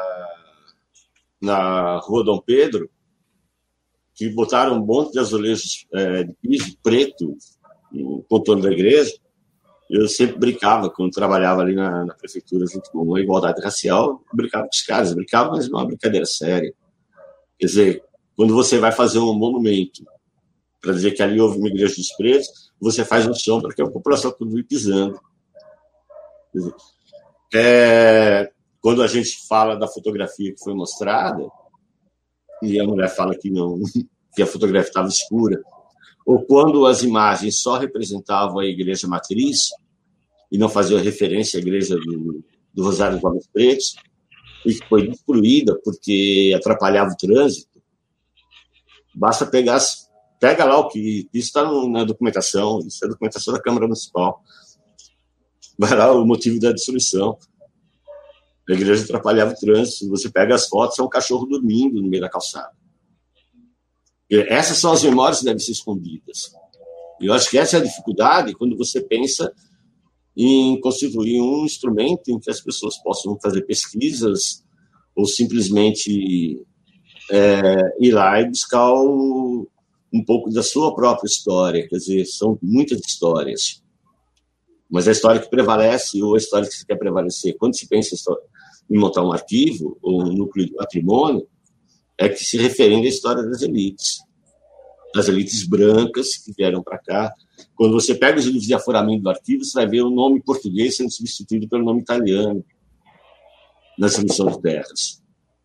na Rua Dom Pedro, que botaram um monte de azulejos de piso preto no contorno da igreja. Eu sempre brincava, quando trabalhava ali na prefeitura junto com a igualdade racial, brincava com os caras, mas não é uma brincadeira séria. Quer dizer, quando você vai fazer um monumento para dizer que ali houve uma igreja dos pretos, você faz um chão para que a população continue pisando. Quer dizer, quando a gente fala da fotografia que foi mostrada, e a mulher fala que não, que a fotografia estava escura, ou quando as imagens só representavam a igreja matriz e não faziam referência à igreja do Rosário dos Homens Pretos, e que foi destruída porque atrapalhava o trânsito. Basta pega lá o que... Isso está na documentação, isso é a documentação da Câmara Municipal. Vai lá o motivo da destruição. A igreja atrapalhava o trânsito. Você pega as fotos, é um cachorro dormindo no meio da calçada. E essas são as memórias que devem ser escondidas. E eu acho que essa é a dificuldade quando você pensa em constituir um instrumento em que as pessoas possam fazer pesquisas ou simplesmente ir lá e buscar um pouco da sua própria história. Quer dizer, são muitas histórias. Mas a história que prevalece ou a história que se quer prevalecer, quando se pensa em montar um arquivo ou um núcleo de patrimônio, é que se referende à história das elites brancas que vieram para cá. Quando você pega os livros de aforamento do arquivo, você vai ver o nome português sendo substituído pelo nome italiano na distribuição de terras.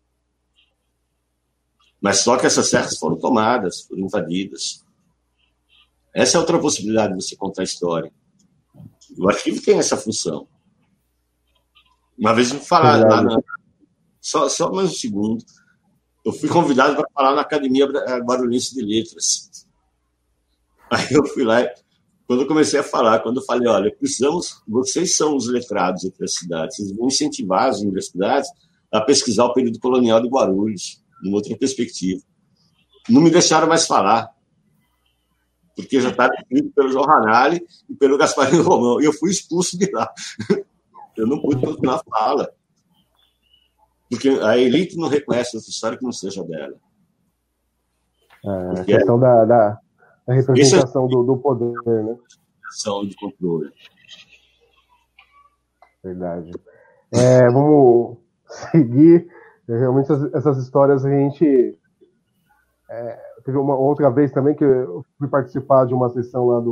Mas só que essas terras foram tomadas, foram invadidas. Essa é outra possibilidade de você contar a história. O arquivo tem essa função. Uma vez eu fui falar lá só mais um segundo. Eu fui convidado para falar na Academia Guarulhense de Letras. Aí eu fui lá, quando eu comecei a falar, quando eu falei, olha, vocês são os letrados entre as cidades, vocês vão incentivar as universidades a pesquisar o período colonial de Guarulhos, numa outra perspectiva. Não me deixaram mais falar, porque já estava escrito pelo João Ranalli e pelo Gasparino Romão, e eu fui expulso de lá. Eu não pude continuar a fala. Porque a elite não reconhece essa história que não seja dela. A questão da representação do poder, né? Ação de controle. Verdade. Vamos seguir. Realmente essas histórias a gente... teve uma outra vez também que eu fui participar de uma sessão lá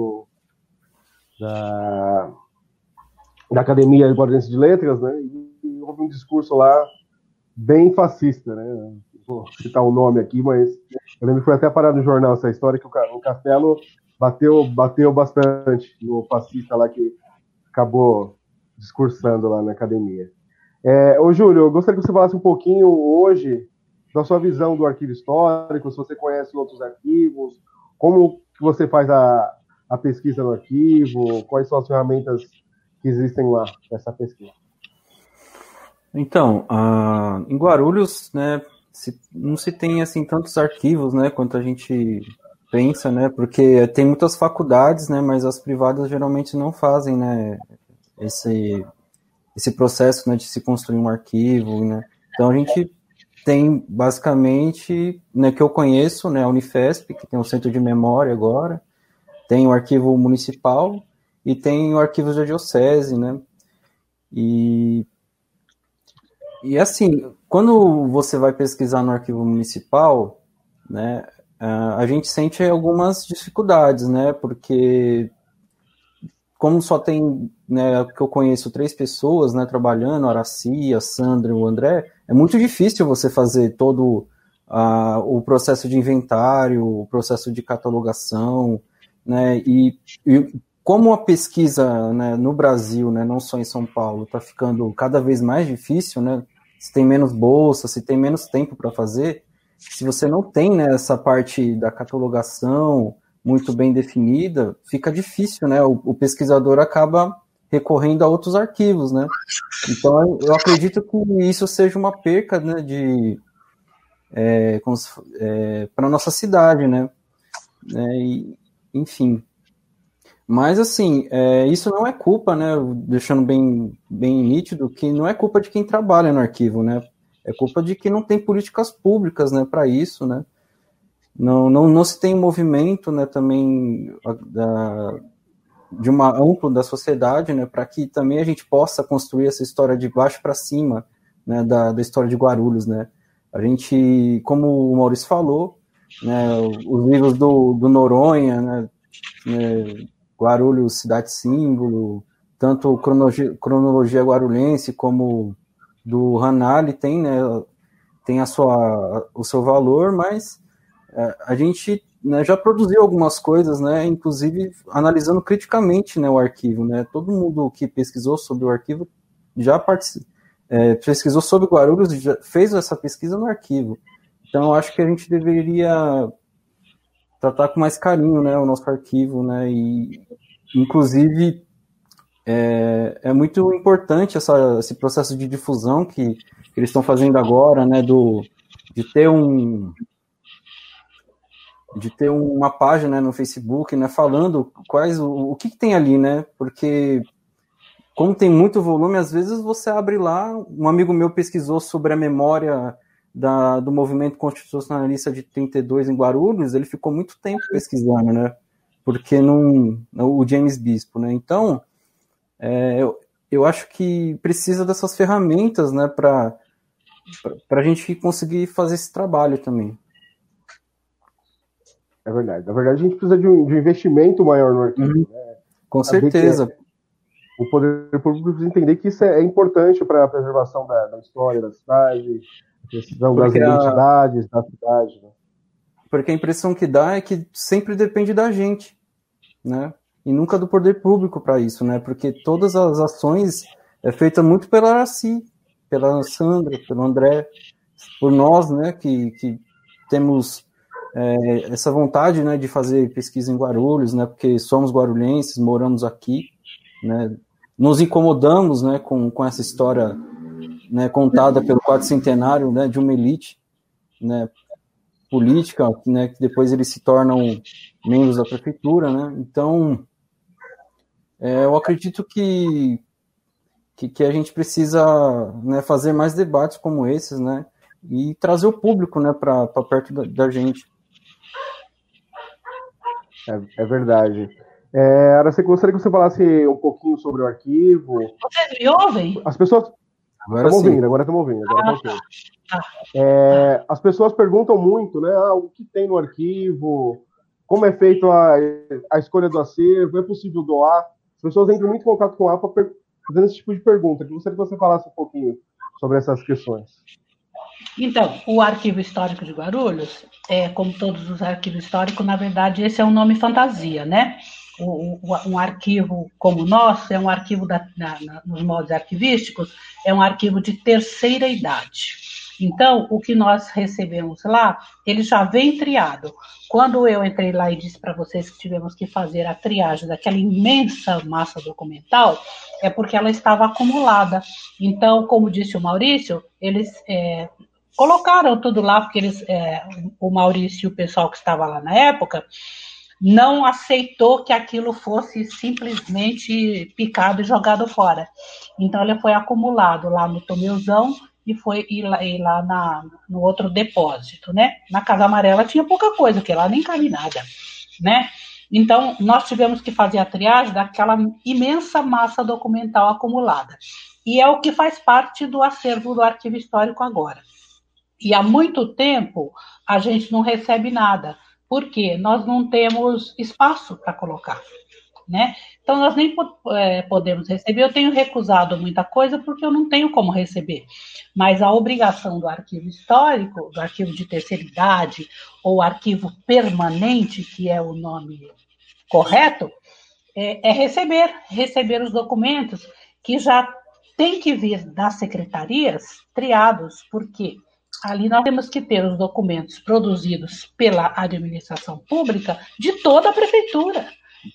da Academia Guarulhense de Letras, né? E houve um discurso lá bem fascista, né? Vou citar o nome aqui, mas eu lembro que foi até parar no jornal essa história que o Castelo bateu bastante no fascista lá que acabou discursando lá na academia. Ô Júlio, eu gostaria que você falasse um pouquinho hoje da sua visão do arquivo histórico, se você conhece outros arquivos, como que você faz a pesquisa no arquivo, quais são as ferramentas que existem lá nessa pesquisa. Então, em Guarulhos, né, não se tem assim tantos arquivos, né, quanto a gente pensa, né, porque tem muitas faculdades, né, mas as privadas geralmente não fazem, né, esse processo, né, de se construir um arquivo, né. Então a gente tem basicamente, né, que eu conheço, né, a Unifesp, que tem um centro de memória agora, tem o arquivo municipal e tem o arquivo da diocese, né, e assim, quando você vai pesquisar no arquivo municipal, né, a gente sente algumas dificuldades, né, porque como só tem, né, que eu conheço 3 pessoas, né, trabalhando, a Araci, a Sandra e o André, é muito difícil você fazer todo o processo de inventário, o processo de catalogação, né, e como a pesquisa, né, no Brasil, né, não só em São Paulo, está ficando cada vez mais difícil, né, se tem menos bolsa, se tem menos tempo para fazer, se você não tem, né, essa parte da catalogação muito bem definida, fica difícil, né, o pesquisador acaba recorrendo a outros arquivos, né, então eu acredito que isso seja uma perca, né, para a nossa cidade, né, enfim. Mas, assim, isso não é culpa, né, deixando bem nítido, que não é culpa de quem trabalha no arquivo, né, é culpa de que não tem políticas públicas, né, para isso, né, não se tem um movimento, né, também de uma amplo da sociedade, né, para que também a gente possa construir essa história de baixo para cima, né, da história de Guarulhos, né, a gente, como o Maurício falou, né, os livros do Noronha, né, Guarulhos, cidade símbolo, tanto cronologia guarulhense como do Ranalli tem, né, tem o seu valor, mas a gente né, já produziu algumas coisas, né, inclusive analisando criticamente, né, o arquivo, né, todo mundo que pesquisou sobre o arquivo já pesquisou sobre Guarulhos e já fez essa pesquisa no arquivo. Então, eu acho que a gente deveria tratar com mais carinho, né, o nosso arquivo, né, e inclusive é muito importante esse processo de difusão que eles estão fazendo agora, né, de ter uma página, né, no Facebook, né, falando o que tem ali, né, porque como tem muito volume, às vezes você abre lá, um amigo meu pesquisou sobre a memória do movimento constitucionalista de 32 em Guarulhos, ele ficou muito tempo pesquisando, né, porque o James Bispo, né, então eu acho que precisa dessas ferramentas, né, para a gente conseguir fazer esse trabalho também. É verdade. Na verdade, a gente precisa de um investimento maior no arquivo. Né? Com certeza. O poder público precisa entender que isso é importante para a preservação da história da cidade, a precisão das identidades da cidade. Né? Porque a impressão que dá é que sempre depende da gente, né? E nunca do poder público para isso, né? Porque todas as ações é feita muito pela Araci, pela Sandra, pelo André, por nós, né? Que temos essa vontade, né, de fazer pesquisa em Guarulhos, né? Porque somos guarulhenses, moramos aqui, né? Nos incomodamos, né, com essa história, né, contada pelo quarto centenário, né, de uma elite, né, política, né, que depois eles se tornam membros da prefeitura, né? Então eu acredito que a gente precisa, né, fazer mais debates como esses, né, e trazer o público, né, para perto da gente. É verdade. Araci, gostaria que você falasse um pouquinho sobre o arquivo. Vocês me ouvem? As pessoas... Agora estamos ouvindo. As pessoas perguntam muito, né? O que tem no arquivo? Como é feito a escolha do acervo? É possível doar? As pessoas entram muito em contato com a APA fazendo esse tipo de pergunta. Eu gostaria que você falasse um pouquinho sobre essas questões. Então, o Arquivo Histórico de Guarulhos, como todos os arquivos históricos, na verdade, esse é um nome fantasia, né? Um arquivo como o nosso é um arquivo nos modos arquivísticos, é um arquivo de terceira idade. Então, o que nós recebemos lá, ele já vem triado. Quando eu entrei lá e disse para vocês que tivemos que fazer a triagem daquela imensa massa documental, é porque ela estava acumulada. Então, como disse o Maurício, eles colocaram tudo lá, porque o Maurício e o pessoal que estava lá na época não aceitou que aquilo fosse simplesmente picado e jogado fora. Então, ele foi acumulado lá no Tomeuzão e foi ir lá no outro depósito, né? Na Casa Amarela tinha pouca coisa, porque lá nem cabe nada, né? Então, nós tivemos que fazer a triagem daquela imensa massa documental acumulada. E é o que faz parte do acervo do Arquivo Histórico agora. E há muito tempo a gente não recebe nada, porque nós não temos espaço para colocar, né? Então, nós nem podemos receber. Eu tenho recusado muita coisa porque eu não tenho como receber. Mas a obrigação do arquivo histórico, do arquivo de terceira idade, ou arquivo permanente, que é o nome correto, é receber os documentos que já tem que vir das secretarias triados, porque ali nós temos que ter os documentos produzidos pela administração pública de toda a prefeitura.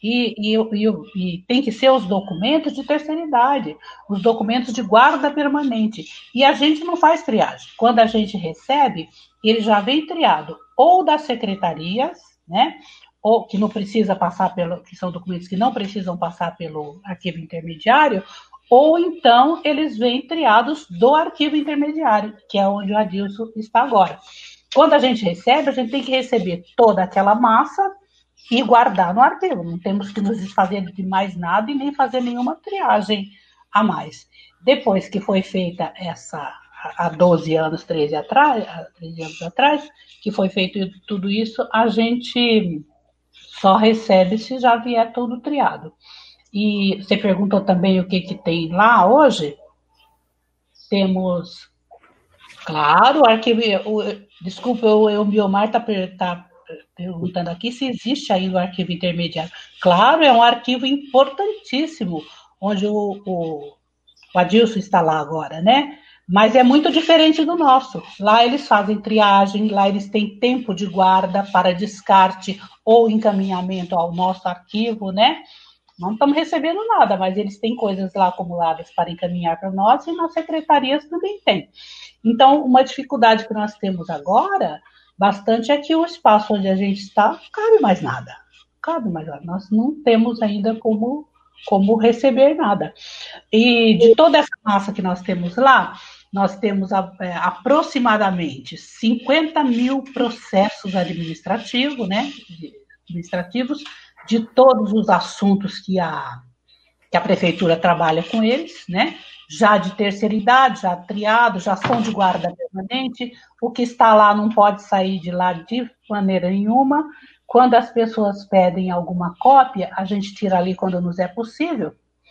E tem que ser os documentos de terceira idade, os documentos de guarda permanente. E a gente não faz triagem. Quando a gente recebe, ele já vem triado ou das secretarias, né? Ou que não precisa passar que são documentos que não precisam passar pelo arquivo intermediário, ou então eles vêm triados do arquivo intermediário, que é onde o Adilson está agora. Quando a gente recebe, a gente tem que receber toda aquela massa e guardar no arquivo. Não temos que nos desfazer de mais nada e nem fazer nenhuma triagem a mais. Depois que foi feita há 12 anos, 13 anos atrás, que foi feito tudo isso, a gente só recebe se já vier tudo triado. E você perguntou também o que tem lá hoje? Temos, claro, o arquivo... Desculpa, o Biomar está perguntando aqui se existe ainda o arquivo intermediário. Claro, é um arquivo importantíssimo, onde o Adilson está lá agora, né? Mas é muito diferente do nosso. Lá eles fazem triagem, lá eles têm tempo de guarda para descarte ou encaminhamento ao nosso arquivo, né? Não estamos recebendo nada, mas eles têm coisas lá acumuladas para encaminhar para nós e nas secretarias também tem. Então, uma dificuldade que nós temos agora, bastante, é que o espaço onde a gente está não cabe mais nada. Cabe mais nada. Nós não temos ainda como receber nada. E de toda essa massa que nós temos lá, nós temos aproximadamente 50 mil processos administrativos, né? Administrativos, de todos os assuntos que a prefeitura trabalha com eles, né? Já de terceira idade, já triado, já são de guarda permanente, o que está lá não pode sair de lá de maneira nenhuma. Quando as pessoas pedem alguma cópia, a gente tira ali quando nos é possível.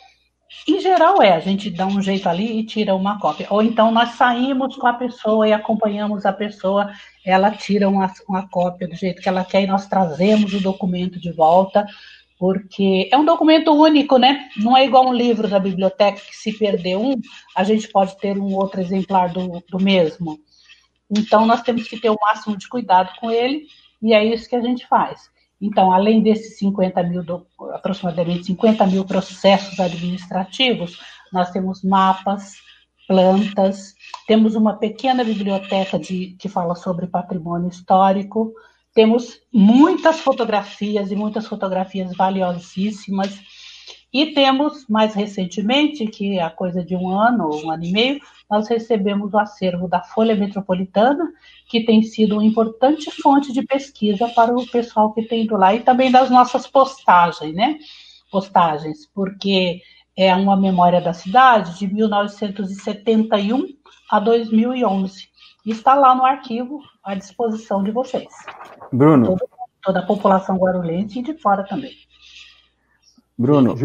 Em geral a gente dá um jeito ali e tira uma cópia. Ou então nós saímos com a pessoa e acompanhamos a pessoa, ela tira uma cópia do jeito que ela quer e nós trazemos o documento de volta, porque é um documento único, né? Não é igual um livro da biblioteca que se perder um, a gente pode ter um outro exemplar do mesmo. Então nós temos que ter o máximo de cuidado com ele e é isso que a gente faz. Então, além desses aproximadamente 50 mil processos administrativos, nós temos mapas, plantas, temos uma pequena biblioteca que fala sobre patrimônio histórico, temos muitas fotografias e muitas fotografias valiosíssimas, e temos, mais recentemente, que é a coisa de um ano e meio, nós recebemos o acervo da Folha Metropolitana, que tem sido uma importante fonte de pesquisa para o pessoal que tem ido lá, e também das nossas postagens, né? Postagens, porque é uma memória da cidade de 1971 a 2011. E está lá no arquivo à disposição de vocês. Bruno. Toda a população guarulhense e de fora também. Bruno,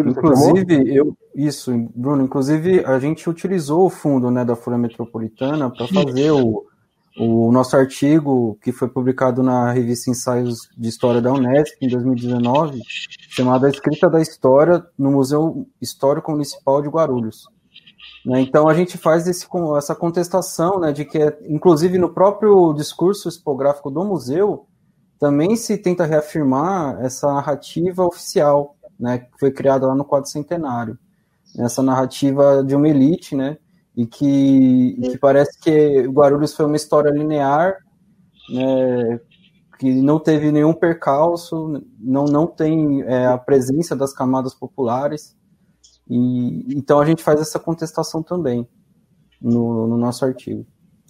inclusive a gente utilizou o fundo, né, da Folha Metropolitana para fazer o nosso artigo que foi publicado na revista Ensaios de História da Unesp em 2019, chamado A Escrita da História no Museu Histórico Municipal de Guarulhos. Né, então a gente faz essa contestação, né, de que, inclusive no próprio discurso expográfico do museu, também se tenta reafirmar essa narrativa oficial, né, que foi criada lá no Quadricentenário. Essa narrativa de uma elite, né, e que parece que Guarulhos foi uma história linear, né, que não teve nenhum percalço, não tem a presença das camadas populares, e então a gente faz essa contestação também no nosso artigo.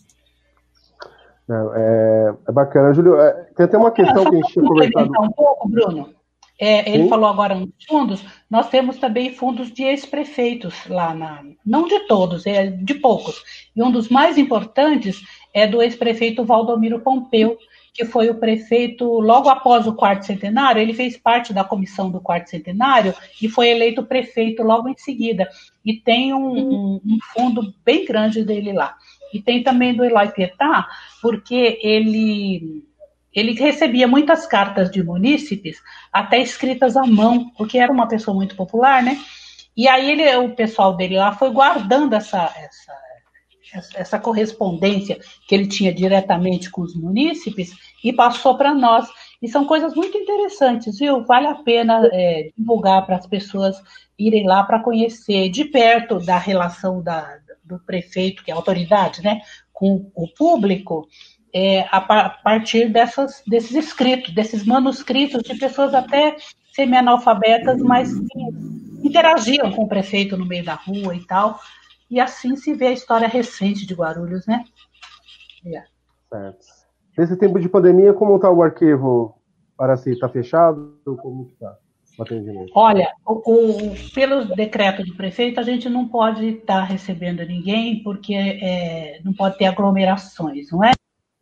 É bacana, Júlio. Tem até uma questão que a gente tinha conversado. Um pouco, Bruno. Ele falou agora nos fundos, nós temos também fundos de ex-prefeitos lá, não de todos, de poucos. E um dos mais importantes é do ex-prefeito Valdomiro Pompeu, que foi o prefeito logo após o quarto centenário. Ele fez parte da comissão do quarto centenário e foi eleito prefeito logo em seguida. E tem um fundo bem grande dele lá. E tem também do Eloy Pietá, porque ele recebia muitas cartas de munícipes, até escritas à mão, porque era uma pessoa muito popular, né? E aí o pessoal dele lá foi guardando essa correspondência que ele tinha diretamente com os munícipes e passou para nós. E são coisas muito interessantes, viu? Vale a pena divulgar para as pessoas irem lá para conhecer de perto da relação do prefeito, que é a autoridade, né, com o público, a partir desses escritos, desses manuscritos de pessoas até semi-analfabetas, mas que interagiam com o prefeito no meio da rua e tal, e assim se vê a história recente de Guarulhos, né? Certo. Nesse tempo de pandemia, como está o arquivo, Aracy? Está fechado? Como está o atendimento? Olha, pelo decreto do prefeito, a gente não pode estar recebendo ninguém, porque não pode ter aglomerações, não é?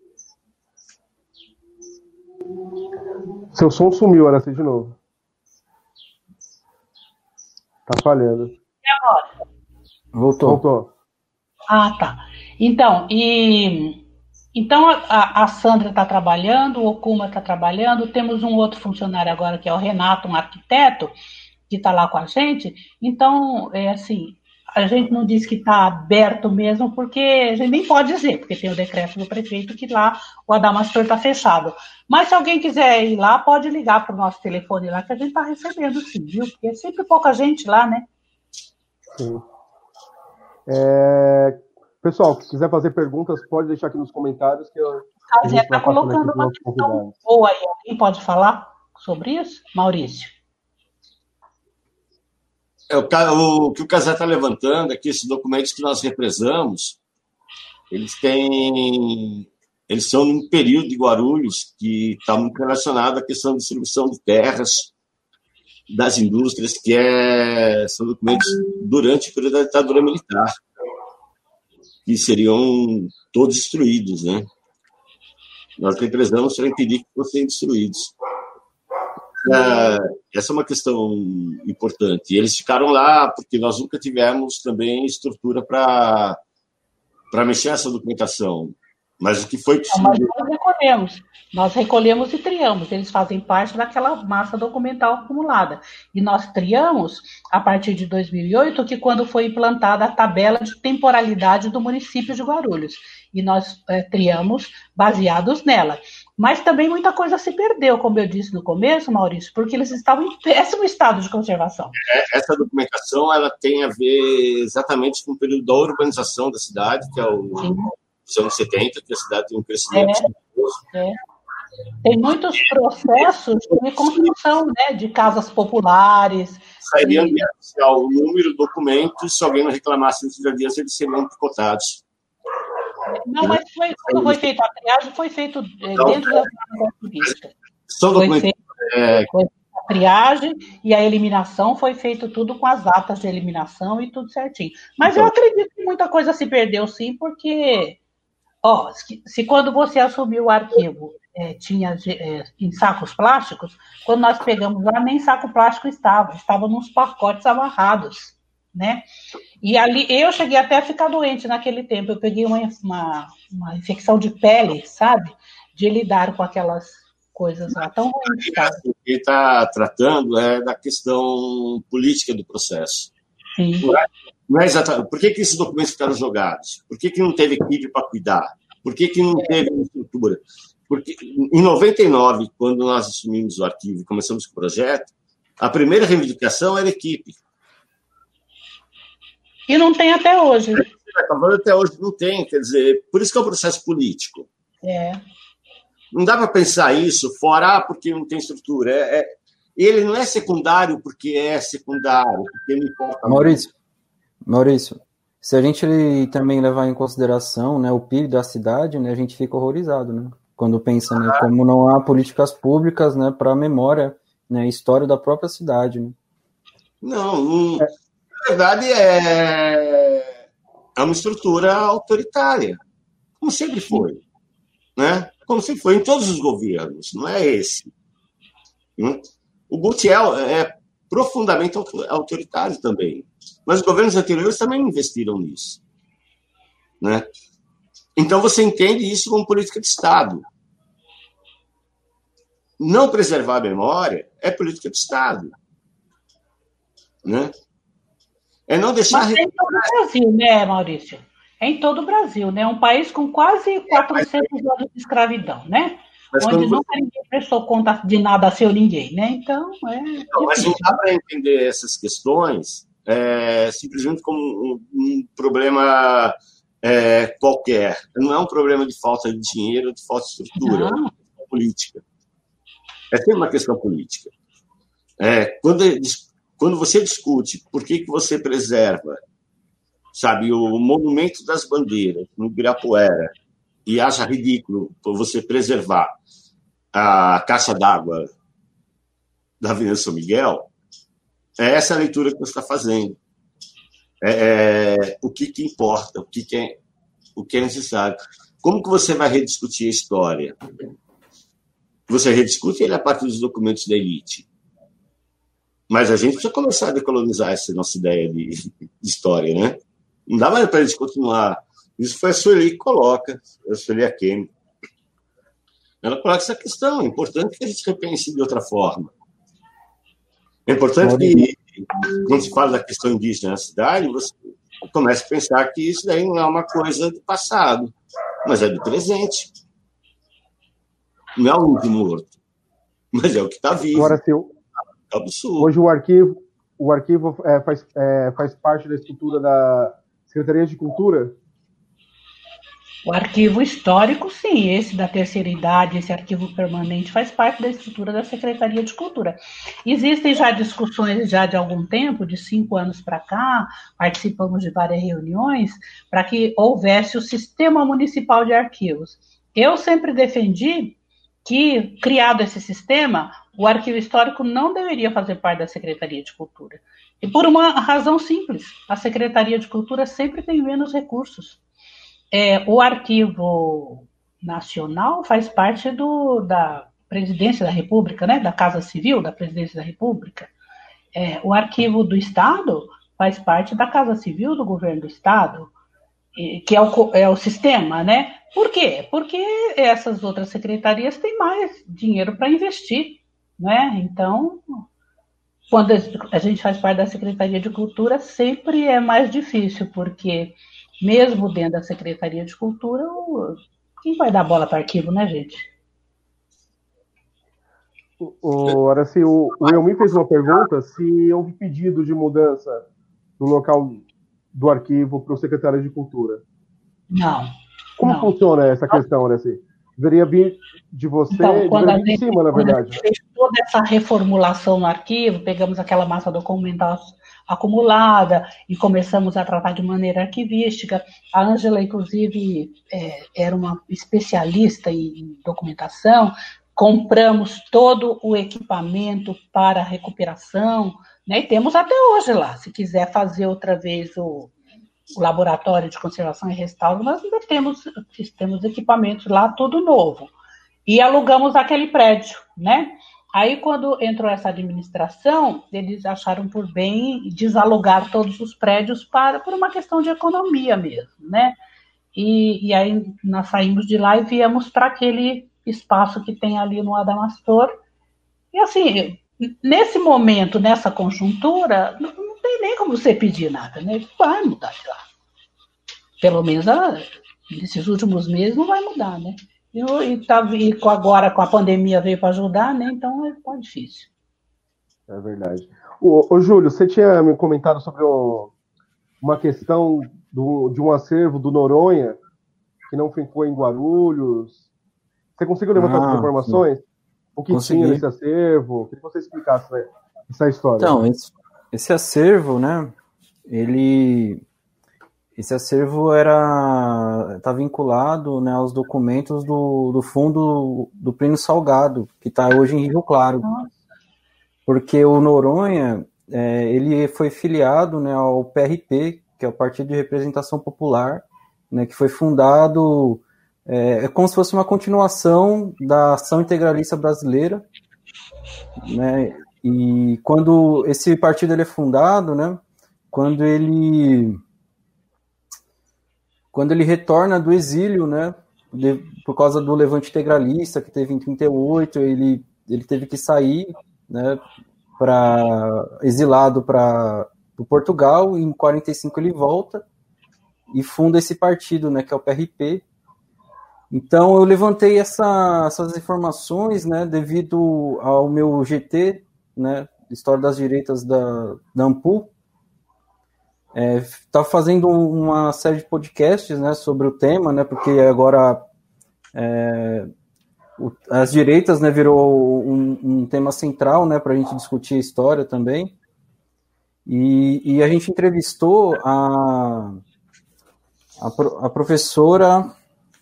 Seu som sumiu, Aracy, de novo. Tá falhando. E agora? Voltou. Ah, tá. Então, e Então, a Sandra está trabalhando, o Okuma está trabalhando, temos um outro funcionário agora, que é o Renato, um arquiteto, que está lá com a gente. Então, assim, a gente não diz que está aberto mesmo, porque a gente nem pode dizer, porque tem o decreto do prefeito que lá o Adamastor está fechado. Mas se alguém quiser ir lá, pode ligar para o nosso telefone lá, que a gente está recebendo, sim, viu? Porque é sempre pouca gente lá, né? Sim. Pessoal, se quiser fazer perguntas, pode deixar aqui nos comentários que eu... A gente está colocando uma questão boa aí. Alguém pode falar sobre isso? Maurício? O que o Casé está levantando é que esses documentos que nós represamos, eles são num período de Guarulhos que está muito relacionado à questão de distribuição de terras das indústrias, que são documentos durante o período da ditadura militar, que seriam todos destruídos, né? Nós represamos para impedir que fossem destruídos. Essa é uma questão importante. E eles ficaram lá porque nós nunca tivemos também estrutura para mexer nessa documentação. Mas o que foi possível... Mas nós recolhemos e triamos. Eles fazem parte daquela massa documental acumulada. E nós triamos a partir de 2008, que quando foi implantada a tabela de temporalidade do município de Guarulhos. E nós triamos baseados nela. Mas também muita coisa se perdeu, como eu disse no começo, Maurício, porque eles estavam em péssimo estado de conservação. Essa documentação ela tem a ver exatamente com o período da urbanização da cidade, que é os anos 70, que a cidade tem um crescimento. Tem muitos processos de construção, né, de casas populares. Sairia o número de documentos, se alguém não reclamasse nos 30 dias, eles seriam picotados. Não, mas quando foi feita a triagem, foi feito dentro da política. São documentos. Foi a triagem e a eliminação foi feito tudo com as atas de eliminação e tudo certinho. Mas eu acredito que muita coisa se perdeu, sim, porque se quando você assumiu o arquivo tinha em sacos plásticos, quando nós pegamos lá, nem saco plástico estava nos pacotes amarrados, né? E ali, eu cheguei até a ficar doente naquele tempo, eu peguei uma infecção de pele, sabe? De lidar com aquelas coisas lá tão ruins. O que está tratando é da questão política do processo. Sim. Não é exatamente. Por que esses documentos ficaram jogados? Por que não teve equipe para cuidar? Por que não teve estrutura? Porque em 99, quando nós assumimos o arquivo e começamos com o projeto, a primeira reivindicação era equipe. E não tem até hoje. Até hoje não tem, quer dizer, por isso que é um processo político. Não dá para pensar isso fora, porque não tem estrutura. Ele não é secundário porque é secundário, porque não importa. Maurício, se a gente também levar em consideração, né, o PIB da cidade, né, a gente fica horrorizado, né? Quando pensa, né, como não há políticas públicas, né, para a memória, né, história da própria cidade, né? Não, na verdade é uma estrutura autoritária, como sempre foi, né? Como sempre foi em todos os governos, não é esse. O Gutiel é profundamente autoritário também, mas os governos anteriores também investiram nisso, né? Então você entende isso como política de Estado. Não preservar a memória é política de Estado, né? É não deixar... Mas é em todo o Brasil, né, Maurício? É em todo o Brasil, né? Um país com quase 400 anos de escravidão, né? Onde nunca ninguém prestou conta de nada a seu ninguém, né? Então, mas não dá para entender essas questões simplesmente como um problema qualquer. Não é um problema de falta de dinheiro, de falta de estrutura, é uma questão política. É sempre uma questão política. Quando você discute por que você preserva, sabe, o monumento das bandeiras no Ibirapuera e acha ridículo você preservar a caixa d'água da Avenida São Miguel, essa a leitura que você está fazendo. O que importa, o que é necessário. Como que você vai rediscutir a história? Você rediscute ele a partir dos documentos da elite. Mas a gente precisa começar a decolonizar essa nossa ideia de história, né? Não dá mais para a gente continuar Isso foi a Sueli que coloca, a Sueli Akemi. Ela coloca essa questão. É importante que a gente repense de outra forma. É importante que, quando se fala da questão indígena na cidade, você comece a pensar que isso daí não é uma coisa do passado, mas é do presente. Não é o índio morto, mas é o que está vivo. Agora, sim, É absurdo. hoje o arquivo faz parte da estrutura da Secretaria de Cultura? O arquivo histórico, sim, esse da terceira idade, esse arquivo permanente, faz parte da estrutura da Secretaria de Cultura. Existem já discussões já de algum tempo, de 5 anos para cá, participamos de várias reuniões, para que houvesse o Sistema Municipal de Arquivos. Eu sempre defendi que, criado esse sistema, o arquivo histórico não deveria fazer parte da Secretaria de Cultura. E por uma razão simples, a Secretaria de Cultura sempre tem menos recursos. O Arquivo Nacional faz parte da Presidência da República, né? Da Casa Civil da Presidência da República. O Arquivo do Estado faz parte da Casa Civil do Governo do Estado, que é o sistema, né? Por quê? Porque essas outras secretarias têm mais dinheiro para investir, né? Então, quando a gente faz parte da Secretaria de Cultura, sempre é mais difícil, porque mesmo dentro da Secretaria de Cultura, quem vai dar bola para arquivo, né, gente? Araci, o Elmi fez uma pergunta se houve pedido de mudança no local do arquivo para o secretário de Cultura. Não. Como funciona essa questão, Araci? Deveria vir de você, então, quando deveria vir de cima, na verdade. A gente fez toda essa reformulação no arquivo, pegamos aquela massa documental acumulada e começamos a tratar de maneira arquivística. A Ângela, inclusive, era uma especialista em documentação. Compramos todo o equipamento para recuperação, né? E temos até hoje lá. Se quiser fazer outra vez o laboratório de conservação e restauro, nós ainda temos equipamentos lá, tudo novo. E alugamos aquele prédio, né? Aí, quando entrou essa administração, eles acharam por bem desalugar todos os prédios por uma questão de economia mesmo, né? E aí nós saímos de lá e viemos para aquele espaço que tem ali no Adamastor. E assim, nesse momento, nessa conjuntura, não tem nem como você pedir nada, né? Vai mudar de lá. Pelo menos nesses últimos meses não vai mudar, né? E agora com a pandemia veio para ajudar, né? Então tá difícil. É verdade. Ô Júlio, você tinha me comentado sobre uma questão de um acervo do Noronha que não ficou em Guarulhos. Você conseguiu levantar essas informações? Sim. O que tinha nesse acervo? Queria que você explicasse, né, essa história. Então, esse acervo, né? Esse acervo está vinculado, né, aos documentos do fundo do Plínio Salgado, que está hoje em Rio Claro. Porque o Noronha, ele foi filiado, né, ao PRP, que é o Partido de Representação Popular, né, que foi fundado, como se fosse uma continuação da Ação Integralista Brasileira, né, e quando esse partido ele é fundado, né, quando ele retorna do exílio, né, por causa do levante integralista que teve em 1938, ele teve que sair, né, exilado para Portugal, e em 1945 ele volta e funda esse partido, né, que é o PRP. Então eu levantei essas informações, né, devido ao meu GT, né, História das Direitas da AMPU. Tá fazendo uma série de podcasts, né, sobre o tema, né, porque agora as direitas, né, virou um tema central, né, para a gente discutir a história também. E a gente entrevistou a professora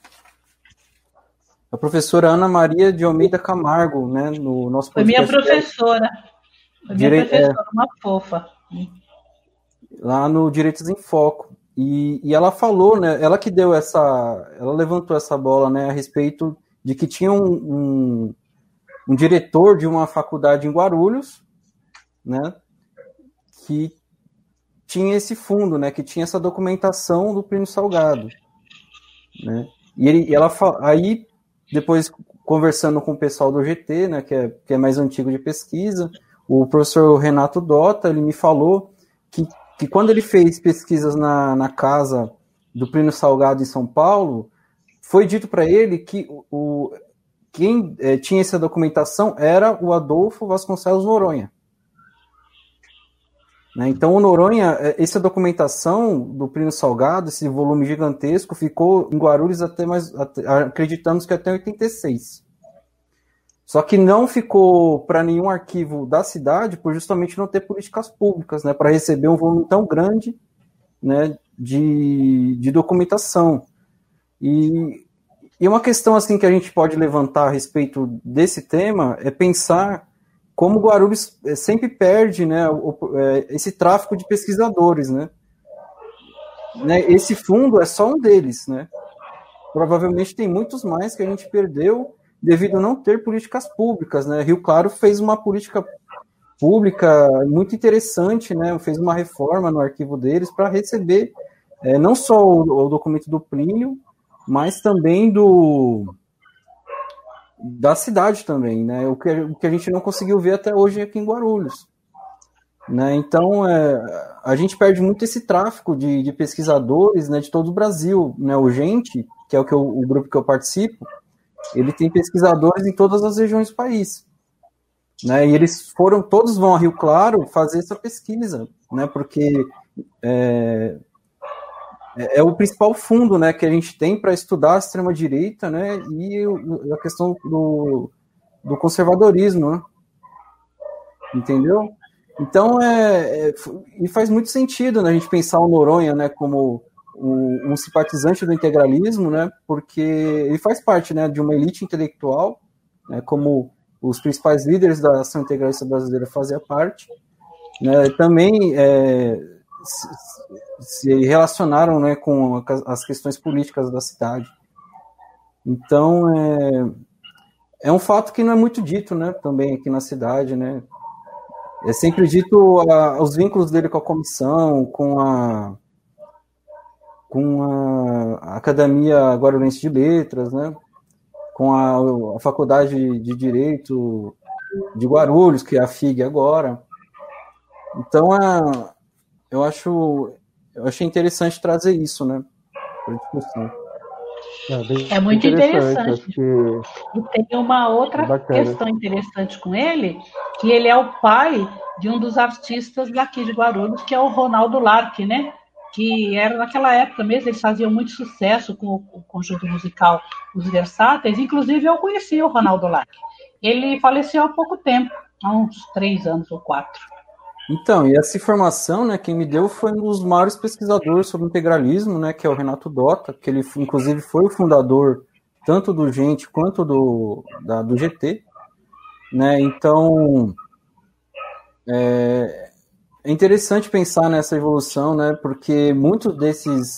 Ana Maria de Almeida Camargo, né, no nosso podcast. Foi minha professora, uma fofa. Lá no Direitos em Foco. E ela falou, né, ela levantou essa bola, né, a respeito de que tinha um diretor de uma faculdade em Guarulhos, né, que tinha esse fundo, né, que tinha essa documentação do Plínio Salgado. né? Aí, depois, conversando com o pessoal do GT, né, que é mais antigo de pesquisa, o professor Renato Dota, ele me falou que quando ele fez pesquisas na casa do Plínio Salgado em São Paulo, foi dito para ele que quem tinha essa documentação era o Adolfo Vasconcelos Noronha. Né? Então, o Noronha, essa documentação do Plínio Salgado, esse volume gigantesco, ficou em Guarulhos acreditamos que até 86. Só que não ficou para nenhum arquivo da cidade, por justamente não ter políticas públicas, né, para receber um volume tão grande, né, de documentação. E uma questão assim que a gente pode levantar a respeito desse tema é pensar como Guarulhos sempre perde, né, esse tráfico de pesquisadores, né? Esse fundo é só um deles, né? Provavelmente tem muitos mais que a gente perdeu devido a não ter políticas públicas, né? Rio Claro fez uma política pública muito interessante, né? Fez uma reforma no arquivo deles para receber não só o documento do Plínio, mas também da cidade também, né? O que a gente não conseguiu ver até hoje aqui em Guarulhos. Né? Então, a gente perde muito esse tráfico de pesquisadores, né, de todo o Brasil. Né? O Gente, que é o grupo que eu participo, ele tem pesquisadores em todas as regiões do país. Né? E eles todos vão a Rio Claro fazer essa pesquisa, né? Porque é o principal fundo, né, que a gente tem para estudar a extrema-direita, né, e a questão do conservadorismo, né? Entendeu? Então, e faz muito sentido, né, a gente pensar o Noronha, né, como um simpatizante do integralismo, né, porque ele faz parte, né, de uma elite intelectual, né, como os principais líderes da ação integralista brasileira faziam parte, né, também se relacionaram, né, com as questões políticas da cidade. Então, é um fato que não é muito dito, né, também aqui na cidade, né. É sempre dito os vínculos dele com a comissão, com a Academia Guarulhense de Letras, né, com a Faculdade de Direito de Guarulhos, que é a FIG agora. Então, eu achei interessante trazer isso, né, para discussão. É muito interessante. E tem uma outra questão interessante com ele, que ele é o pai de um dos artistas daqui de Guarulhos, que é o Ronaldo Lark, né? Que era naquela época mesmo, eles faziam muito sucesso com o conjunto musical Os Versáteis. Inclusive, eu conheci o Ronaldo Lark. Ele faleceu há pouco tempo, há uns 3 anos ou 4. Então, e essa informação, né, quem me deu foi um dos maiores pesquisadores sobre integralismo, né, que é o Renato Dota, que ele, inclusive, foi o fundador tanto do Gente quanto do GT, né, então é interessante pensar nessa evolução, né, porque muitos desses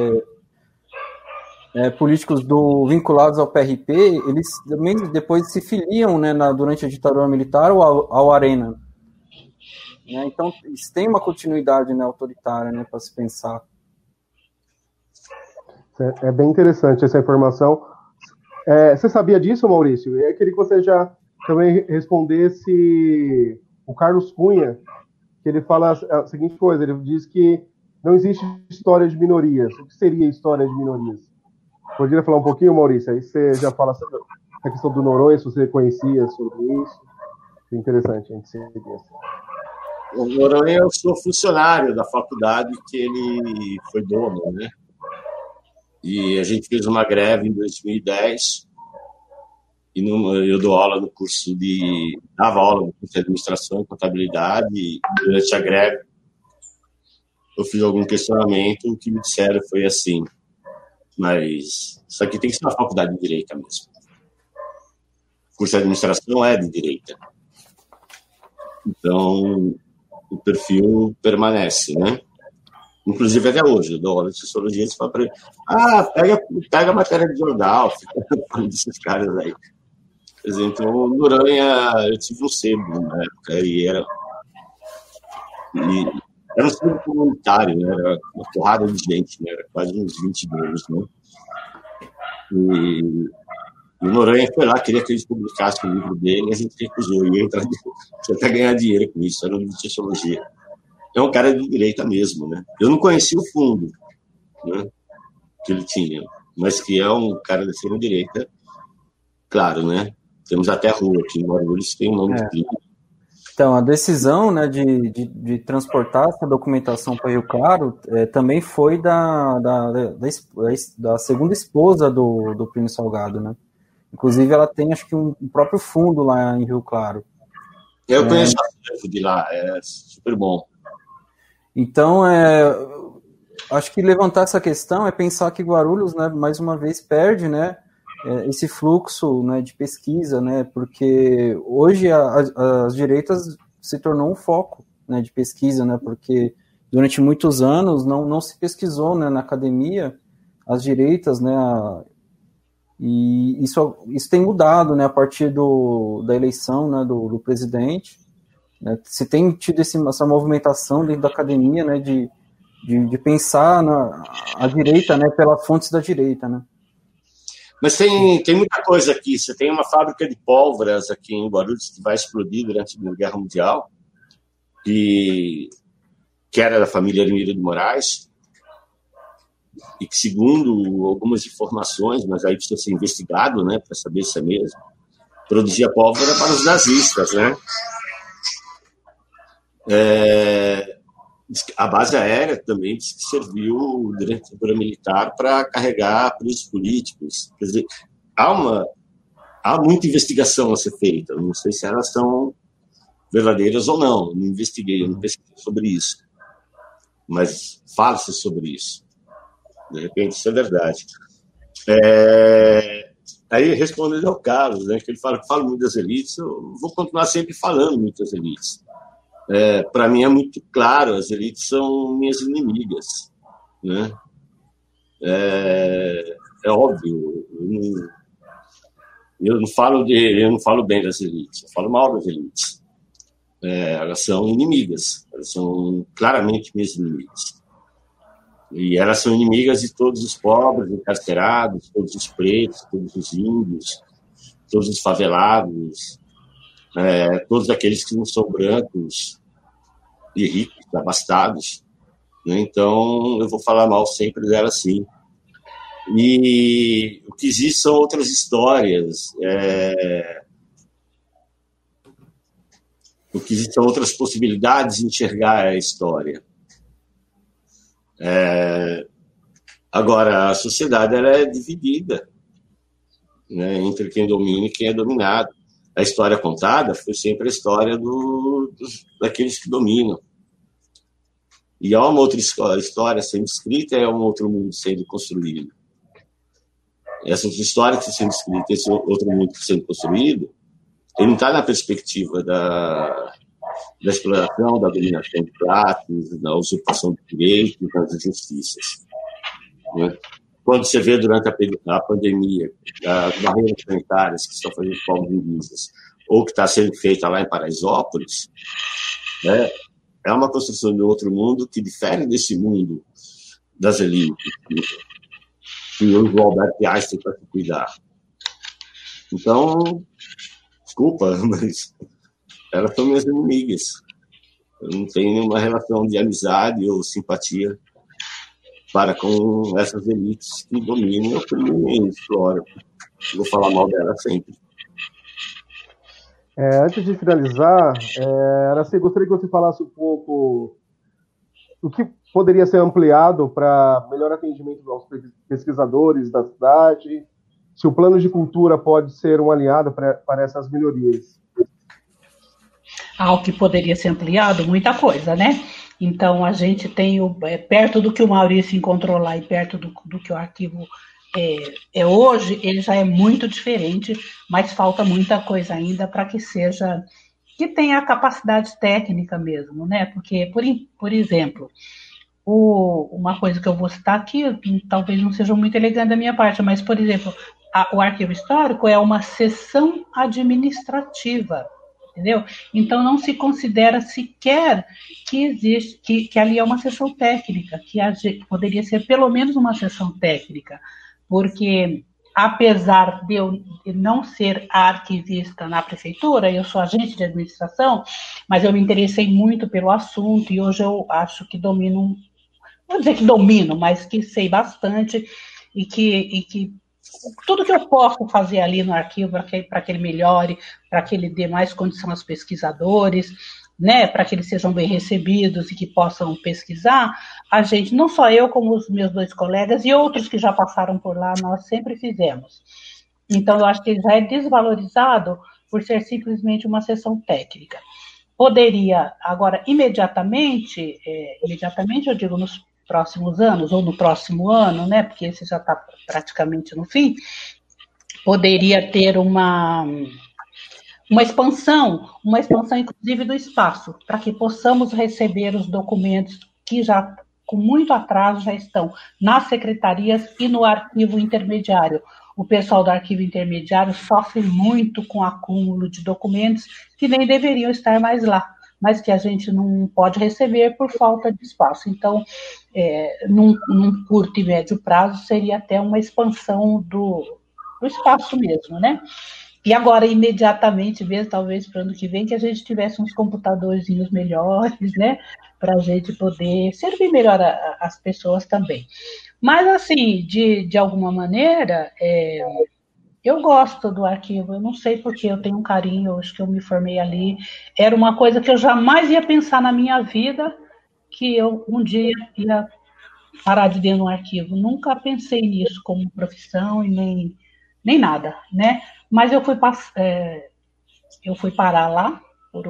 políticos vinculados ao PRP, eles também depois se filiam, né, durante a ditadura militar ao Arena. Então, isso tem uma continuidade, né, autoritária, né, para se pensar. É bem interessante essa informação. Você sabia disso, Maurício? Eu queria que você já também respondesse o Carlos Cunha, que ele fala a seguinte coisa, ele diz que não existe história de minorias. O que seria história de minorias? Poderia falar um pouquinho, Maurício? Aí você já fala sobre a questão do Noronha, se você conhecia sobre isso. É interessante a gente seguir assim. O Noronha, eu sou funcionário da faculdade que ele foi dono, né? E a gente fez uma greve em 2010 e eu dava aula no curso de administração e contabilidade e durante a greve eu fiz algum questionamento, o que me disseram foi assim, mas isso aqui tem que ser uma faculdade de direita mesmo. O curso de administração é de direita. Então, o perfil permanece, né? Inclusive até hoje, eu dou aula de sociologia, você fala para ele, pega a matéria de jornal, fica falando desses caras aí. Por exemplo, o Noronha, eu tive um sebo na época, e era um sebo comunitário, né? Era uma porrada de gente, né? Era quase uns 20 anos, né? E o Noronha foi lá, queria que a gente publicasse o livro dele, e a gente recusou. E entra até ganhar dinheiro com isso, era um livro de sociologia. É um cara de direita mesmo, né? Eu não conheci o fundo, né, que ele tinha, mas que é um cara de extrema-direita, claro, né? Temos até a rua aqui em Guarulhos, tem um nome de crime. Então, a decisão, né, de transportar essa documentação para Rio Claro também foi da segunda esposa do Plínio Salgado, né? Inclusive, ela tem, acho que, um próprio fundo lá em Rio Claro. Eu conheço o de lá, é super bom. Então, acho que levantar essa questão é pensar que Guarulhos, né, mais uma vez, perde, né, esse fluxo, né, de pesquisa, né, porque hoje as direitas se tornou um foco, né, de pesquisa, né, porque durante muitos anos não se pesquisou, né, na academia as direitas, né, e isso tem mudado, né, a partir da eleição, né, do presidente, né, se tem tido essa movimentação dentro da academia, né, de pensar a direita, né, pelas fontes da direita, né. Mas tem muita coisa aqui. Você tem uma fábrica de pólvoras aqui em Guarulhos que vai explodir durante a Segunda Guerra Mundial, que era da família Hermílio de Moraes, e que, segundo algumas informações, mas aí precisa ser investigado, né, para saber se é mesmo, produzia pólvora para os nazistas, né? A base aérea também diz que serviu durante a ditadura militar para carregar presos políticos. Quer dizer, há muita investigação a ser feita. Não sei se elas são verdadeiras ou não. Não investiguei, não pesquisei sobre isso. Mas fala-se sobre isso. De repente, isso é verdade. Aí, respondendo ao Carlos, né, que ele fala que falo muito das elites, eu vou continuar sempre falando muito das elites. Para mim é muito claro, as elites são minhas inimigas, né? É óbvio, eu não falo bem das elites, eu falo mal das elites. Elas são inimigas, elas são claramente minhas inimigas. E elas são inimigas de todos os pobres, encarcerados, todos os pretos, todos os índios, todos os favelados, todos aqueles que não são brancos e ricos, abastados, né? Então eu vou falar mal sempre dela, sim. E o que existe são outras histórias, o que existe são outras possibilidades de enxergar a história. Agora, a sociedade ela é dividida, né, entre quem domina e quem é dominado. A história contada foi sempre a história daqueles que dominam. E há uma outra história sendo escrita, é um outro mundo sendo construído. Essa outra história que está sendo escrita, esse outro mundo que está sendo construído, ele não está na perspectiva da exploração, da dominação de classes, da usurpação de direitos, das injustiças. Né? Quando você vê durante a pandemia as barreiras sanitárias que estão fazendo os povos indígenas, ou que está sendo feita lá em Paraisópolis, né, é uma construção de outro mundo que difere desse mundo das elites, que o Albert Einstein para se cuidar. Então, desculpa, mas elas são minhas inimigas. Eu não tenho nenhuma relação de amizade ou simpatia para com essas elites que dominam, oprimem e exploram. Vou falar mal dela sempre. Antes de finalizar, Aracy, gostaria que você falasse um pouco o que poderia ser ampliado para melhor atendimento aos pesquisadores da cidade, se o plano de cultura pode ser um aliado para essas minorias. O que poderia ser ampliado? Muita coisa, né? Então, a gente tem, perto do que o Maurício encontrou lá e perto do que o arquivo é hoje, ele já é muito diferente, mas falta muita coisa ainda para que tenha a capacidade técnica mesmo, né? Porque, por exemplo, uma coisa que eu vou citar aqui, talvez não seja muito elegante da minha parte, mas, por exemplo, o arquivo histórico é uma seção administrativa, entendeu? Então, não se considera sequer que existe, que ali é uma seção técnica, que poderia ser pelo menos uma seção técnica, porque apesar de eu não ser arquivista na prefeitura, eu sou agente de administração, mas eu me interessei muito pelo assunto e hoje eu acho que domino, não vou dizer que domino, mas que sei bastante e que tudo que eu posso fazer ali no arquivo para que ele melhore, para que ele dê mais condição aos pesquisadores, né, para que eles sejam bem recebidos e que possam pesquisar, a gente, não só eu, como os meus 2 colegas e outros que já passaram por lá, nós sempre fizemos. Então, eu acho que ele já é desvalorizado por ser simplesmente uma sessão técnica. Poderia, agora, imediatamente eu digo nos próximos anos, ou no próximo ano, né, porque esse já está praticamente no fim, poderia ter uma expansão inclusive do espaço, para que possamos receber os documentos que já, com muito atraso, já estão nas secretarias e no arquivo intermediário. O pessoal do arquivo intermediário sofre muito com o acúmulo de documentos que nem deveriam estar mais lá, mas que a gente não pode receber por falta de espaço. Então, num curto e médio prazo, seria até uma expansão do espaço mesmo, né? E agora, imediatamente mesmo, talvez para o ano que vem, que a gente tivesse uns computadorzinhos melhores, né? Para a gente poder servir melhor as pessoas também. Mas, assim, de alguma maneira, eu gosto do arquivo, eu não sei porque eu tenho um carinho, acho que eu me formei ali. Era uma coisa que eu jamais ia pensar na minha vida, que eu um dia ia parar de dentro de um arquivo. Nunca pensei nisso como profissão e nem nada, né? Mas eu fui parar lá por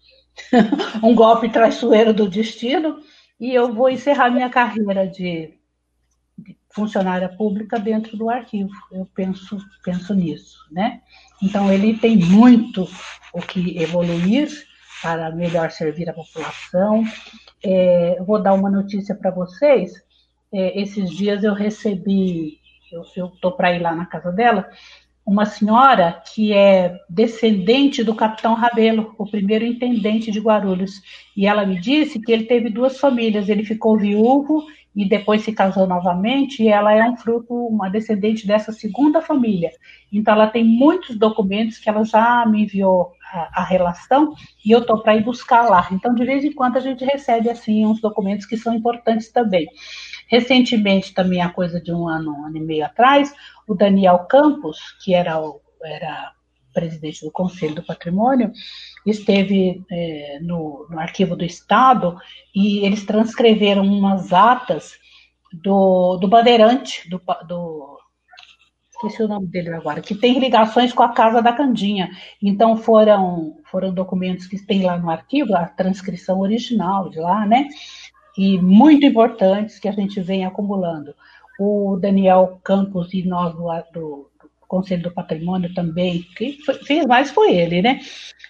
um golpe traiçoeiro do destino e eu vou encerrar minha carreira de funcionária pública dentro do arquivo. Eu penso nisso, né? Então, ele tem muito o que evoluir para melhor servir a população. Eu vou dar uma notícia para vocês. Esses dias eu recebi, eu estou para ir lá na casa dela, uma senhora que é descendente do capitão Rabelo, o primeiro intendente de Guarulhos. E ela me disse que ele teve 2 famílias, ele ficou viúvo e depois se casou novamente, e ela é uma descendente dessa segunda família. Então, ela tem muitos documentos que ela já me enviou a relação, e eu estou para ir buscar lá. Então, de vez em quando, a gente recebe, assim, uns documentos que são importantes também. Recentemente, também, a coisa de um ano e meio atrás, o Daniel Campos, que era presidente do Conselho do Patrimônio, esteve no Arquivo do Estado e eles transcreveram umas atas do Bandeirante, esqueci o nome dele agora, que tem ligações com a Casa da Candinha. Então, foram documentos que tem lá no arquivo, a transcrição original de lá, né? E muito importantes que a gente vem acumulando. O Daniel Campos e nós do Conselho do Patrimônio também, que fez mais foi ele, né?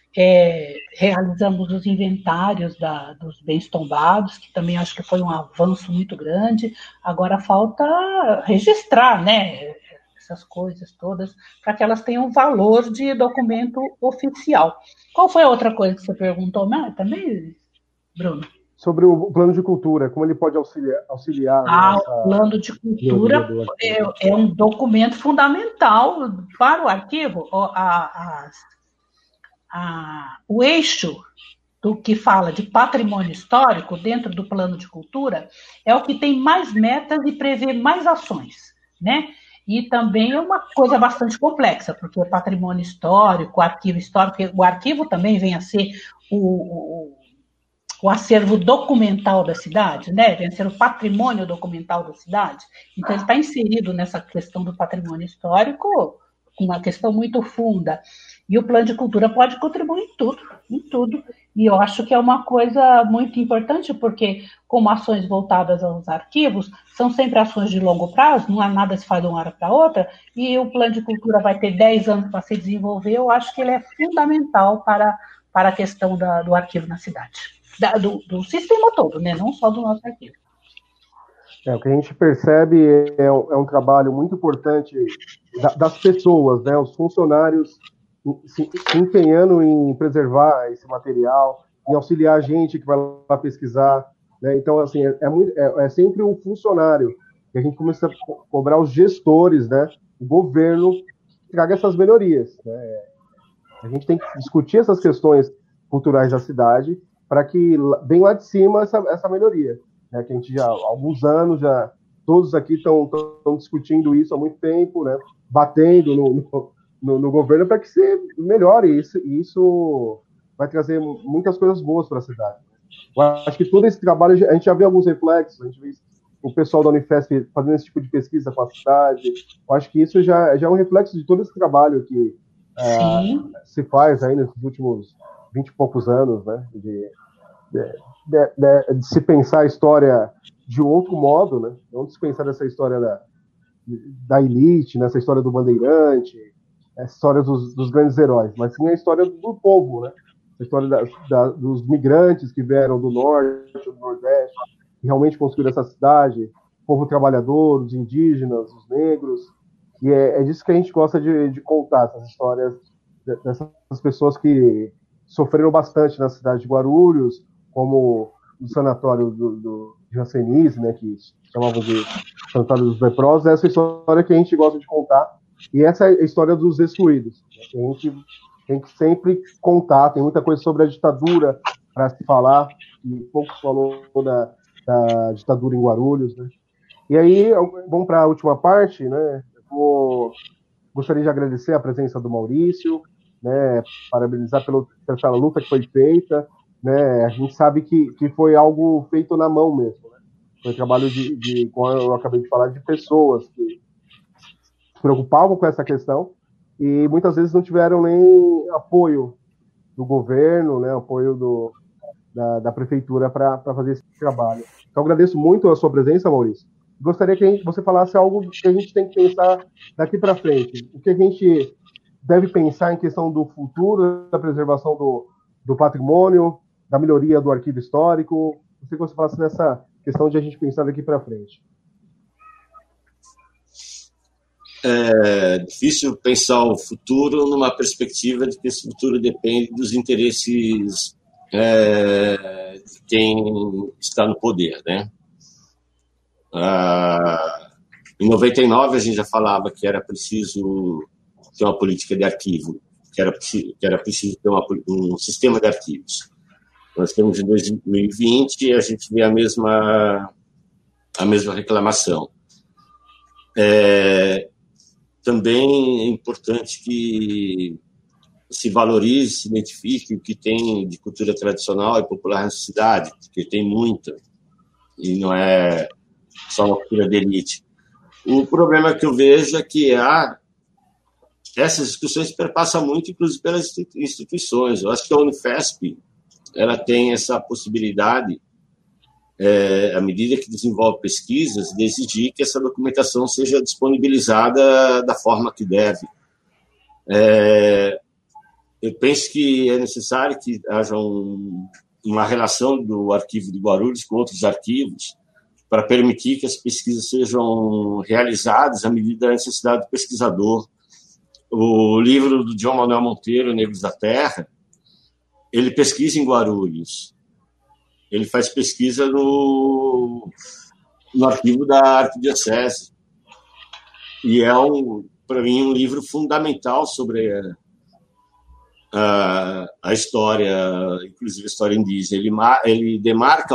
Realizamos os inventários dos bens tombados, que também acho que foi um avanço muito grande. Agora falta registrar, né? Essas coisas todas, para que elas tenham valor de documento oficial. Qual foi a outra coisa que você perguntou também, Bruno? Sobre o plano de cultura, como ele pode auxiliar. O plano de cultura é um documento fundamental para o arquivo. O eixo do que fala de patrimônio histórico dentro do plano de cultura é o que tem mais metas e prevê mais ações, né? E também é uma coisa bastante complexa, porque o patrimônio histórico, o arquivo histórico, o arquivo também vem a ser o acervo documental da cidade, né? Vem a ser o patrimônio documental da cidade. Então, ele está inserido nessa questão do patrimônio histórico, uma questão muito funda. E o plano de cultura pode contribuir em tudo. E eu acho que é uma coisa muito importante, porque, como ações voltadas aos arquivos, são sempre ações de longo prazo, não há nada se faz de uma hora para outra, e o plano de cultura vai ter 10 anos para se desenvolver. Eu acho que ele é fundamental para a questão do arquivo na cidade. Do sistema todo, né? Não só do nosso arquivo. O que a gente percebe é um trabalho muito importante das pessoas, né? Os funcionários se empenhando em preservar esse material, em auxiliar a gente que vai lá pesquisar, né? Então, assim, é sempre o funcionário. E a gente começa a cobrar os gestores, né? o governo traga essas melhorias, né? A gente tem que discutir essas questões culturais da cidade para que bem lá de cima essa melhoria, né? Que a gente já há alguns anos já todos aqui estão discutindo isso há muito tempo, né? Batendo no governo para que se melhore isso, e isso vai trazer muitas coisas boas para a cidade. Eu acho que todo esse trabalho a gente já vê alguns reflexos, a gente vê o pessoal da Unifesp fazendo esse tipo de pesquisa com a cidade. Eu acho que isso já é um reflexo de todo esse trabalho que se faz aí nesses últimos 20 e poucos anos, né? De se pensar a história de outro modo, né? Não de se pensar nessa história da elite, nessa história do bandeirante, essa história dos grandes heróis, mas sim a história do povo, né? A história dos migrantes que vieram do norte, do nordeste, que realmente construíram essa cidade, o povo trabalhador, os indígenas, os negros, e é disso que a gente gosta de contar, essas histórias dessas pessoas que sofreram bastante na cidade de Guarulhos, como o sanatório do Jansenise, né, que chamavam de sanatório dos leprosos. Essa é a história que a gente gosta de contar, e essa é a história dos excluídos, né, que a gente tem que sempre contar. Tem muita coisa sobre a ditadura para se falar, e pouco se falou da ditadura em Guarulhos, né? E aí, vamos para a última parte, né? Gostaria de agradecer a presença do Maurício, né? Parabenizar pela luta que foi feita, né? A gente sabe que foi algo feito na mão mesmo, né? Foi um trabalho como eu acabei de falar, de pessoas que se preocupavam com essa questão e muitas vezes não tiveram nem apoio do governo, né? Apoio da prefeitura para fazer esse trabalho. Então, agradeço muito a sua presença, Maurício. Gostaria que você falasse algo que a gente tem que pensar daqui para frente. O que a gente deve pensar em questão do futuro, da preservação do patrimônio, da melhoria do arquivo histórico. Gostaria que você falasse nessa questão de a gente pensar daqui para frente. É difícil pensar o futuro numa perspectiva de que esse futuro depende dos interesses de quem está no poder, né? Em 99 a gente já falava que era preciso ter uma política de arquivo, que era preciso ter um sistema de arquivos. Nós temos em 2020 e a gente vê a mesma reclamação. Também é importante que se valorize, se identifique o que tem de cultura tradicional e popular na cidade, porque tem muita, e não é só uma cultura de elite. O problema que eu vejo é que essas discussões perpassam muito, inclusive, pelas instituições. Eu acho que a Unifesp ela tem essa possibilidade, à medida que desenvolve pesquisas, de exigir que essa documentação seja disponibilizada da forma que deve. Eu penso que é necessário que haja uma relação do arquivo de Guarulhos com outros arquivos para permitir que as pesquisas sejam realizadas à medida da necessidade do pesquisador. O livro do João Manuel Monteiro, Negros da Terra, ele pesquisa em Guarulhos. Ele faz pesquisa no arquivo da Arquidiocese. E é, para mim, um livro fundamental sobre a história, inclusive a história indígena. Ele demarca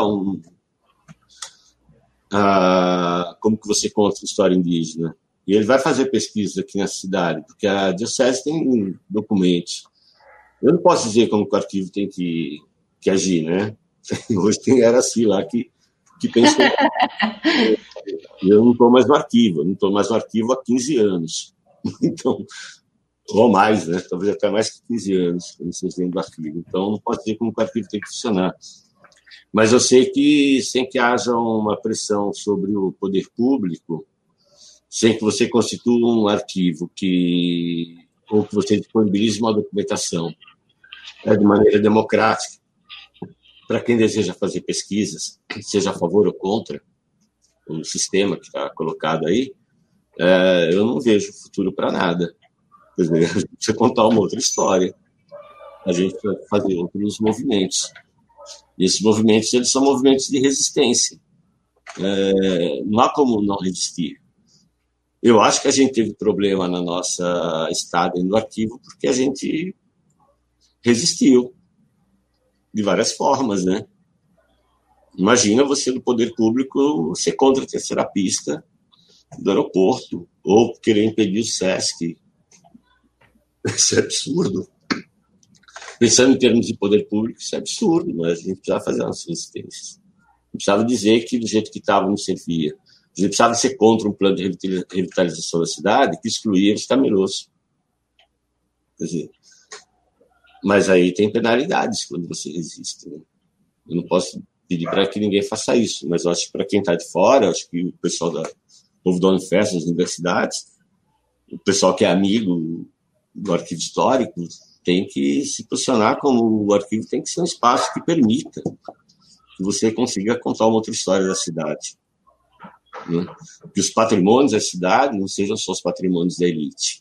como que você conta a história indígena. E ele vai fazer pesquisa aqui na cidade, porque a Diocese tem documentos. Eu não posso dizer como que o arquivo tem que agir, né? Hoje tem Araci lá que pensa. Eu não estou mais no arquivo, há 15 anos. Então, ou mais, né? Talvez até mais que 15 anos, eu não sei se dentro do arquivo. Então, não posso dizer como que o arquivo tem que funcionar. Mas eu sei que, sem que haja uma pressão sobre o poder público, sem que você constitua um arquivo ou que você disponibilize uma documentação de maneira democrática, para quem deseja fazer pesquisas, seja a favor ou contra o sistema que está colocado aí, eu não vejo futuro para nada. Quer dizer, a gente precisa contar uma outra história. A gente vai fazer outros movimentos. E esses movimentos, eles são movimentos de resistência. Não há como não resistir. Eu acho que a gente teve problema na nossa estada no arquivo porque a gente resistiu de várias formas, né? Imagina você no poder público ser contra a terceira pista do aeroporto ou querer impedir o SESC. Isso é absurdo. Pensando em termos de poder público, isso é absurdo, mas a gente precisava fazer umas resistências. A gente precisava dizer que do jeito que estava não servia. A gente precisava ser contra um plano de revitalização da cidade que excluía os camelôs. Quer dizer, mas aí tem penalidades quando você resiste, né? Eu não posso pedir para que ninguém faça isso, mas eu acho que para quem está de fora, eu acho que o pessoal do povo da Unifesp, das universidades, o pessoal que é amigo do arquivo histórico, tem que se posicionar como o arquivo tem que ser um espaço que permita que você consiga contar uma outra história da cidade, né? Que os patrimônios da cidade não sejam só os patrimônios da elite,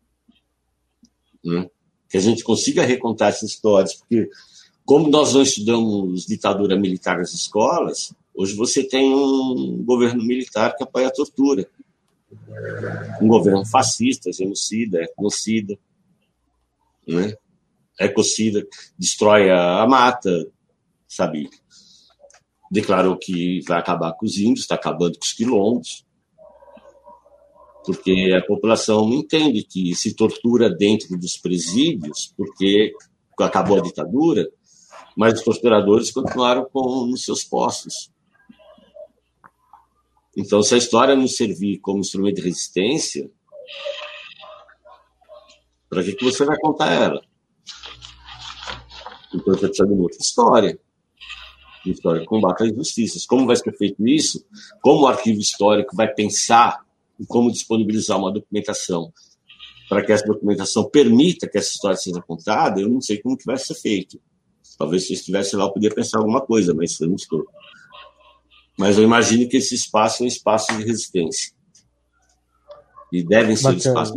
né? Que a gente consiga recontar essas histórias, porque como nós não estudamos ditadura militar nas escolas, hoje você tem um governo militar que apoia a tortura, um governo fascista, genocida, etnocida, né? Ecocida, destrói a mata, sabe? Declarou que vai acabar com os índios, está acabando com os quilombos, porque a população não entende que se tortura dentro dos presídios, porque acabou a ditadura, mas os torturadores continuaram nos seus postos. Então, se a história não servir como instrumento de resistência, para que você vai contar ela? Então, você precisa de uma outra história. Uma história que combate as injustiças. Como vai ser feito isso? Como o arquivo histórico vai pensar em como disponibilizar uma documentação para que essa documentação permita que essa história seja contada? Eu não sei como que vai ser feito. Talvez se eu estivesse lá eu podia pensar alguma coisa, mas eu não estou. Mas eu imagino que esse espaço é um espaço de resistência. E devem ser espaços.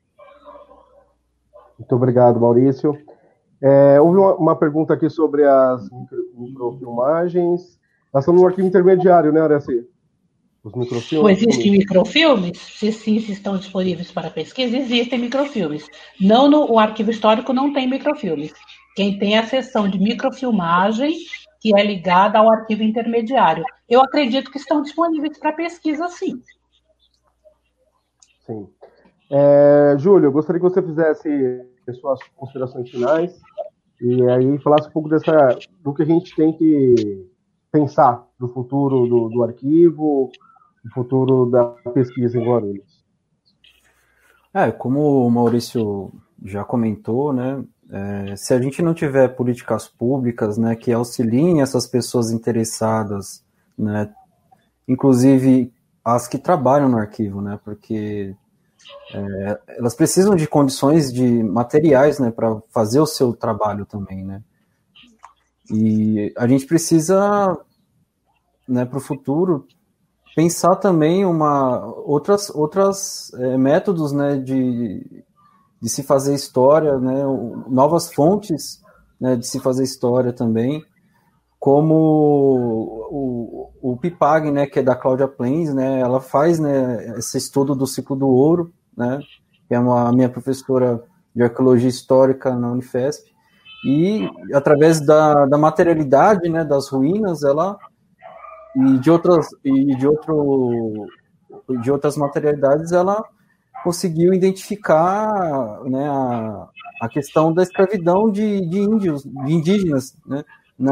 Muito obrigado, Maurício. Houve uma pergunta aqui sobre as microfilmagens. Elas estão no arquivo intermediário, né, Araci? Os microfilmes. Existem microfilmes? Se sim, se estão disponíveis para pesquisa, existem microfilmes. O arquivo histórico não tem microfilmes. Quem tem a seção de microfilmagem, que é ligada ao arquivo intermediário. Eu acredito que estão disponíveis para pesquisa, sim. Sim. Júlio, eu gostaria que você fizesse as suas considerações finais e aí falasse um pouco do que a gente tem que pensar do futuro do arquivo, do futuro da pesquisa em Guarulhos. Como o Maurício já comentou, né, se a gente não tiver políticas públicas, né, que auxiliem essas pessoas interessadas, né, inclusive as que trabalham no arquivo, né, porque elas precisam de condições de materiais, né, para fazer o seu trabalho também, né, e a gente precisa, né, para o futuro pensar também outras métodos, né, de se fazer história, né, novas fontes, né, de se fazer história também, como o PIPAG, né, que é da Cláudia Plains, né, ela faz, né, esse estudo do ciclo do ouro, né, que é a minha professora de arqueologia histórica na Unifesp, e através da materialidade, né, das ruínas, e de outras materialidades, ela conseguiu identificar, né, a questão da escravidão de indígenas, né,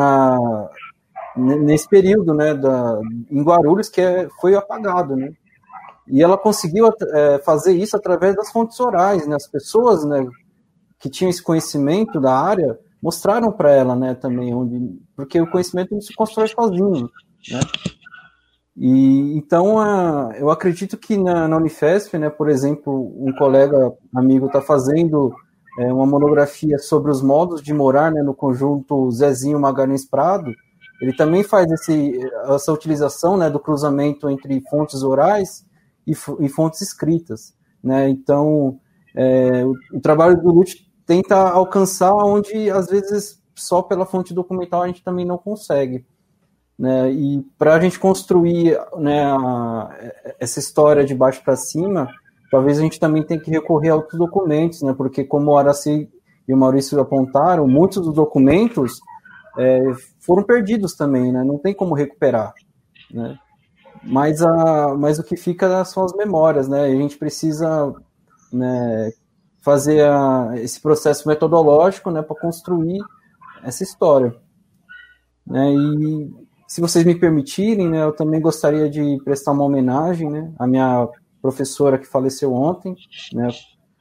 nesse período, né, em Guarulhos, que foi apagado, né, e ela conseguiu fazer isso através das fontes orais, né, as pessoas, né, que tinham esse conhecimento da área mostraram para ela, né, também, porque o conhecimento não se constrói sozinho, né. E então eu acredito que na Unifesp, né, por exemplo, um colega amigo está fazendo uma monografia sobre os modos de morar, né, no conjunto Zezinho Magalhães Prado. Ele também faz essa utilização, né, do cruzamento entre fontes orais e fontes escritas, né. Então o trabalho do LUT tenta alcançar onde às vezes só pela fonte documental a gente também não consegue. né? E para a gente construir, né, essa história de baixo para cima, talvez a gente também tenha que recorrer a outros documentos, né? Porque como o Aracy e o Maurício apontaram, muitos dos documentos foram perdidos também, né? Não tem como recuperar, né? Mas o que fica são as memórias, né? A gente precisa, né, fazer esse processo metodológico, né, para construir essa história, né? E se vocês me permitirem, né, eu também gostaria de prestar uma homenagem, né, à minha professora que faleceu ontem, né,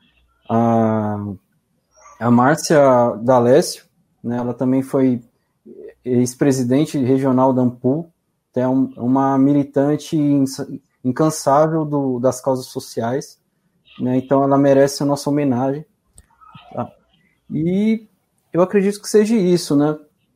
a Márcia D'Alessio, né? Ela também foi ex-presidente regional da Ampul, é uma militante incansável das causas sociais, né? Então ela merece a nossa homenagem, tá? E eu acredito que seja isso, né?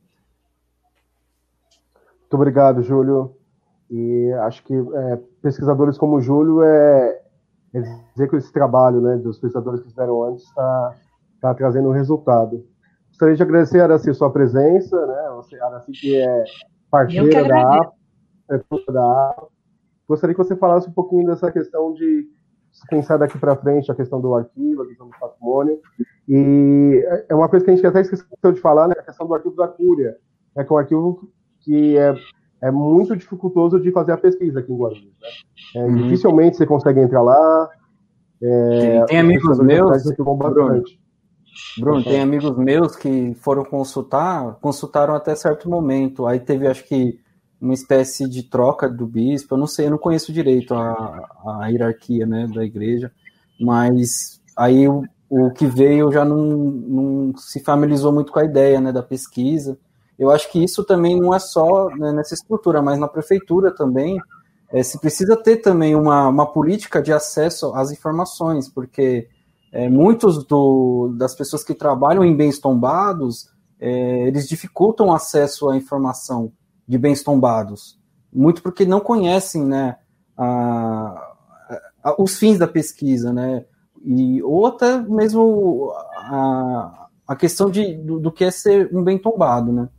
Muito obrigado, Júlio. E acho que pesquisadores como o Júlio dizer que esse trabalho, né, dos pesquisadores que fizeram antes está trazendo um resultado. Gostaria de agradecer, Aracy, a sua presença, né? Aracy, que é parceira da APA. Gostaria que você falasse um pouquinho dessa questão de pensar daqui para frente a questão do arquivo, a questão do patrimônio, e é uma coisa que a gente até esqueceu de falar, né, a questão do arquivo da Cúria, que é um arquivo que é muito dificultoso de fazer a pesquisa aqui em Guarulhos, né? Dificilmente você consegue entrar lá. Tem amigos meus, Bruno, tem amigos meus que foram consultaram até certo momento, aí teve, acho que, uma espécie de troca do bispo, eu não sei, eu não conheço direito a hierarquia, né, da igreja, mas aí o que veio já não se familiarizou muito com a ideia, né, da pesquisa. Eu acho que isso também não é só, né, nessa estrutura, mas na prefeitura também, se precisa ter também uma política de acesso às informações, porque muitos das pessoas que trabalham em bens tombados, eles dificultam o acesso à informação de bens tombados, muito porque não conhecem, né, os fins da pesquisa, né, ou até mesmo a questão do que é ser um bem tombado, né.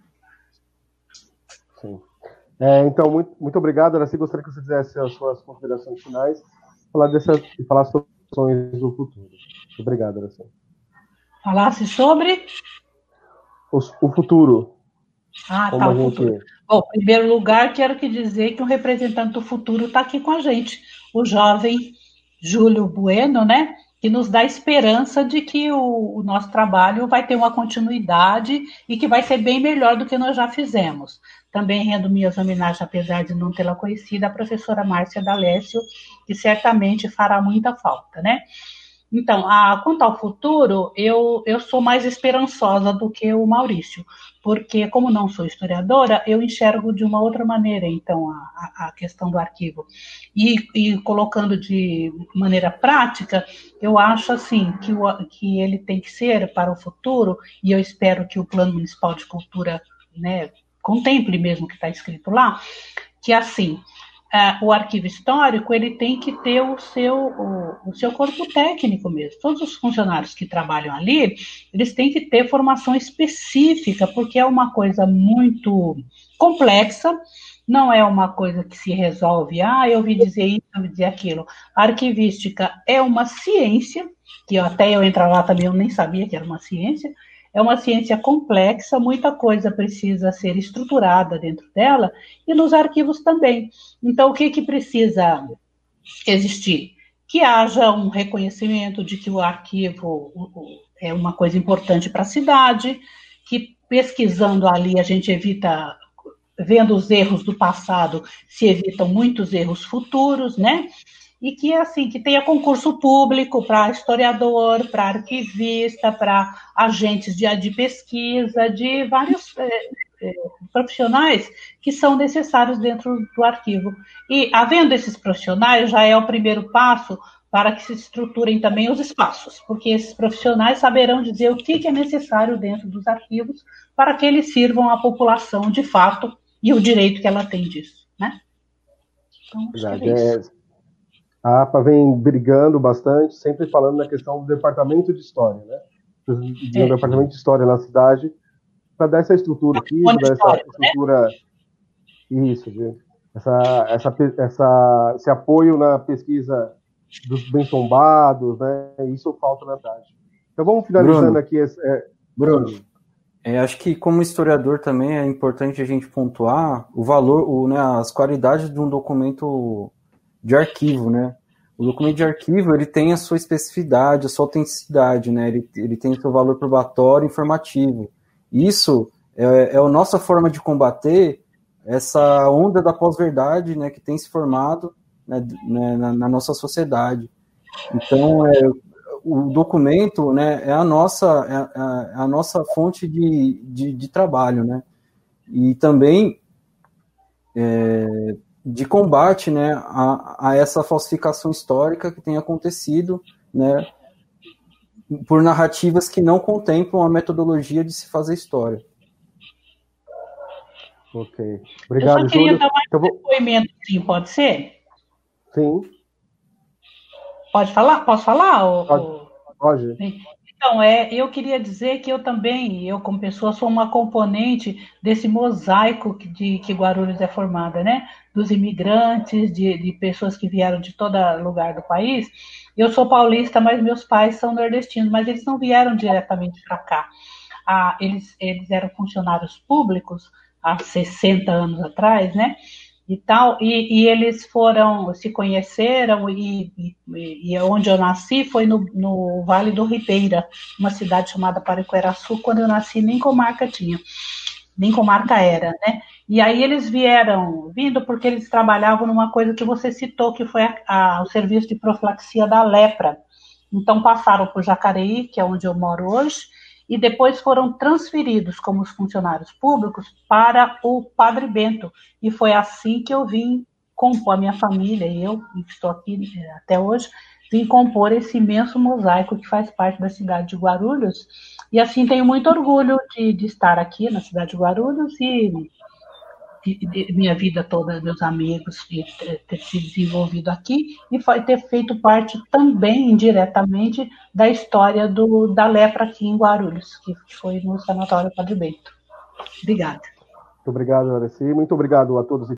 Sim. Então, muito obrigado, Aracy. Gostaria que você fizesse as suas considerações finais e falar sobre as ações do futuro. Muito obrigado, Aracy. Falasse sobre? O futuro. O futuro. Bom, em primeiro lugar, quero dizer que o representante do futuro está aqui com a gente, o jovem Júlio Bueno, né? Que nos dá esperança de que o nosso trabalho vai ter uma continuidade e que vai ser bem melhor do que nós já fizemos. Também rendo minhas homenagens, apesar de não tê-la conhecida, a professora Márcia D'Alessio, que certamente fará muita falta, né? Então, quanto ao futuro, eu sou mais esperançosa do que o Maurício, porque, como não sou historiadora, eu enxergo de uma outra maneira, então, a questão do arquivo. E colocando de maneira prática, eu acho, assim, que ele tem que ser, para o futuro, e eu espero que o Plano Municipal de Cultura, né, contemple mesmo o que está escrito lá, que, assim, o arquivo histórico ele tem que ter o seu corpo técnico mesmo. Todos os funcionários que trabalham ali, eles têm que ter formação específica, porque é uma coisa muito complexa, não é uma coisa que se resolve, eu ouvi dizer isso, eu ouvi dizer aquilo. A arquivística é uma ciência, que até eu entrar lá também eu nem sabia que era uma ciência. É uma ciência complexa, muita coisa precisa ser estruturada dentro dela, e nos arquivos também. Então, o que precisa existir? Que haja um reconhecimento de que o arquivo é uma coisa importante para a cidade, que pesquisando ali a gente evita, vendo os erros do passado, se evitam muitos erros futuros, né? E que, assim, que tenha concurso público para historiador, para arquivista, para agentes de pesquisa, de vários profissionais que são necessários dentro do arquivo. E, havendo esses profissionais, já é o primeiro passo para que se estruturem também os espaços, porque esses profissionais saberão dizer o que é necessário dentro dos arquivos para que eles sirvam à população de fato e o direito que ela tem disso, né? Então, acho que é isso. A APA vem brigando bastante, sempre falando na questão do departamento de história, né? De um departamento de história na cidade, para dar essa estrutura aqui, para dar essa estrutura, Isso, esse apoio na pesquisa dos bem tombados, né? Isso falta na cidade. Então vamos finalizando Bruno, aqui. Bruno, acho que como historiador também é importante a gente pontuar o valor, né, as qualidades de um documento de arquivo, né? O documento de arquivo, ele tem a sua especificidade, a sua autenticidade, né? Ele tem o seu valor probatório informativo. Isso é a nossa forma de combater essa onda da pós-verdade, né, que tem se formado, né, na nossa sociedade. Então, o documento, né, é a nossa fonte de trabalho, né? E também de combate, né, a essa falsificação histórica que tem acontecido, né, por narrativas que não contemplam a metodologia de se fazer história. Ok. Obrigado, eu só queria Júlio. dar mais um depoimento, sim, pode ser? Sim. Pode falar? Posso falar? Pode. Então, eu queria dizer que eu como pessoa, sou uma componente desse mosaico que Guarulhos é formada, né? Dos imigrantes, de pessoas que vieram de todo lugar do país. Eu sou paulista, mas meus pais são nordestinos, mas eles não vieram diretamente para cá. Eles eram funcionários públicos há 60 anos atrás, né? E tal, e eles se conheceram, e onde eu nasci foi no Vale do Ribeira, uma cidade chamada Pariqueraçu. Quando eu nasci, nem comarca tinha, nem comarca era, né? E aí eles vindo porque eles trabalhavam numa coisa que você citou, que foi o serviço de profilaxia da lepra. Então passaram por Jacareí, que é onde eu moro hoje, e depois foram transferidos como os funcionários públicos para o Padre Bento. E foi assim que eu vim compor, a minha família e eu, que estou aqui até hoje, vim compor esse imenso mosaico que faz parte da cidade de Guarulhos. E assim tenho muito orgulho de estar aqui na cidade de Guarulhos e de minha vida toda, meus amigos, de ter se desenvolvido aqui e ter feito parte também, indiretamente, da história da lepra aqui em Guarulhos, que foi no Sanatório Padre Bento. Obrigada. Muito obrigado, Araci. Muito obrigado a todos.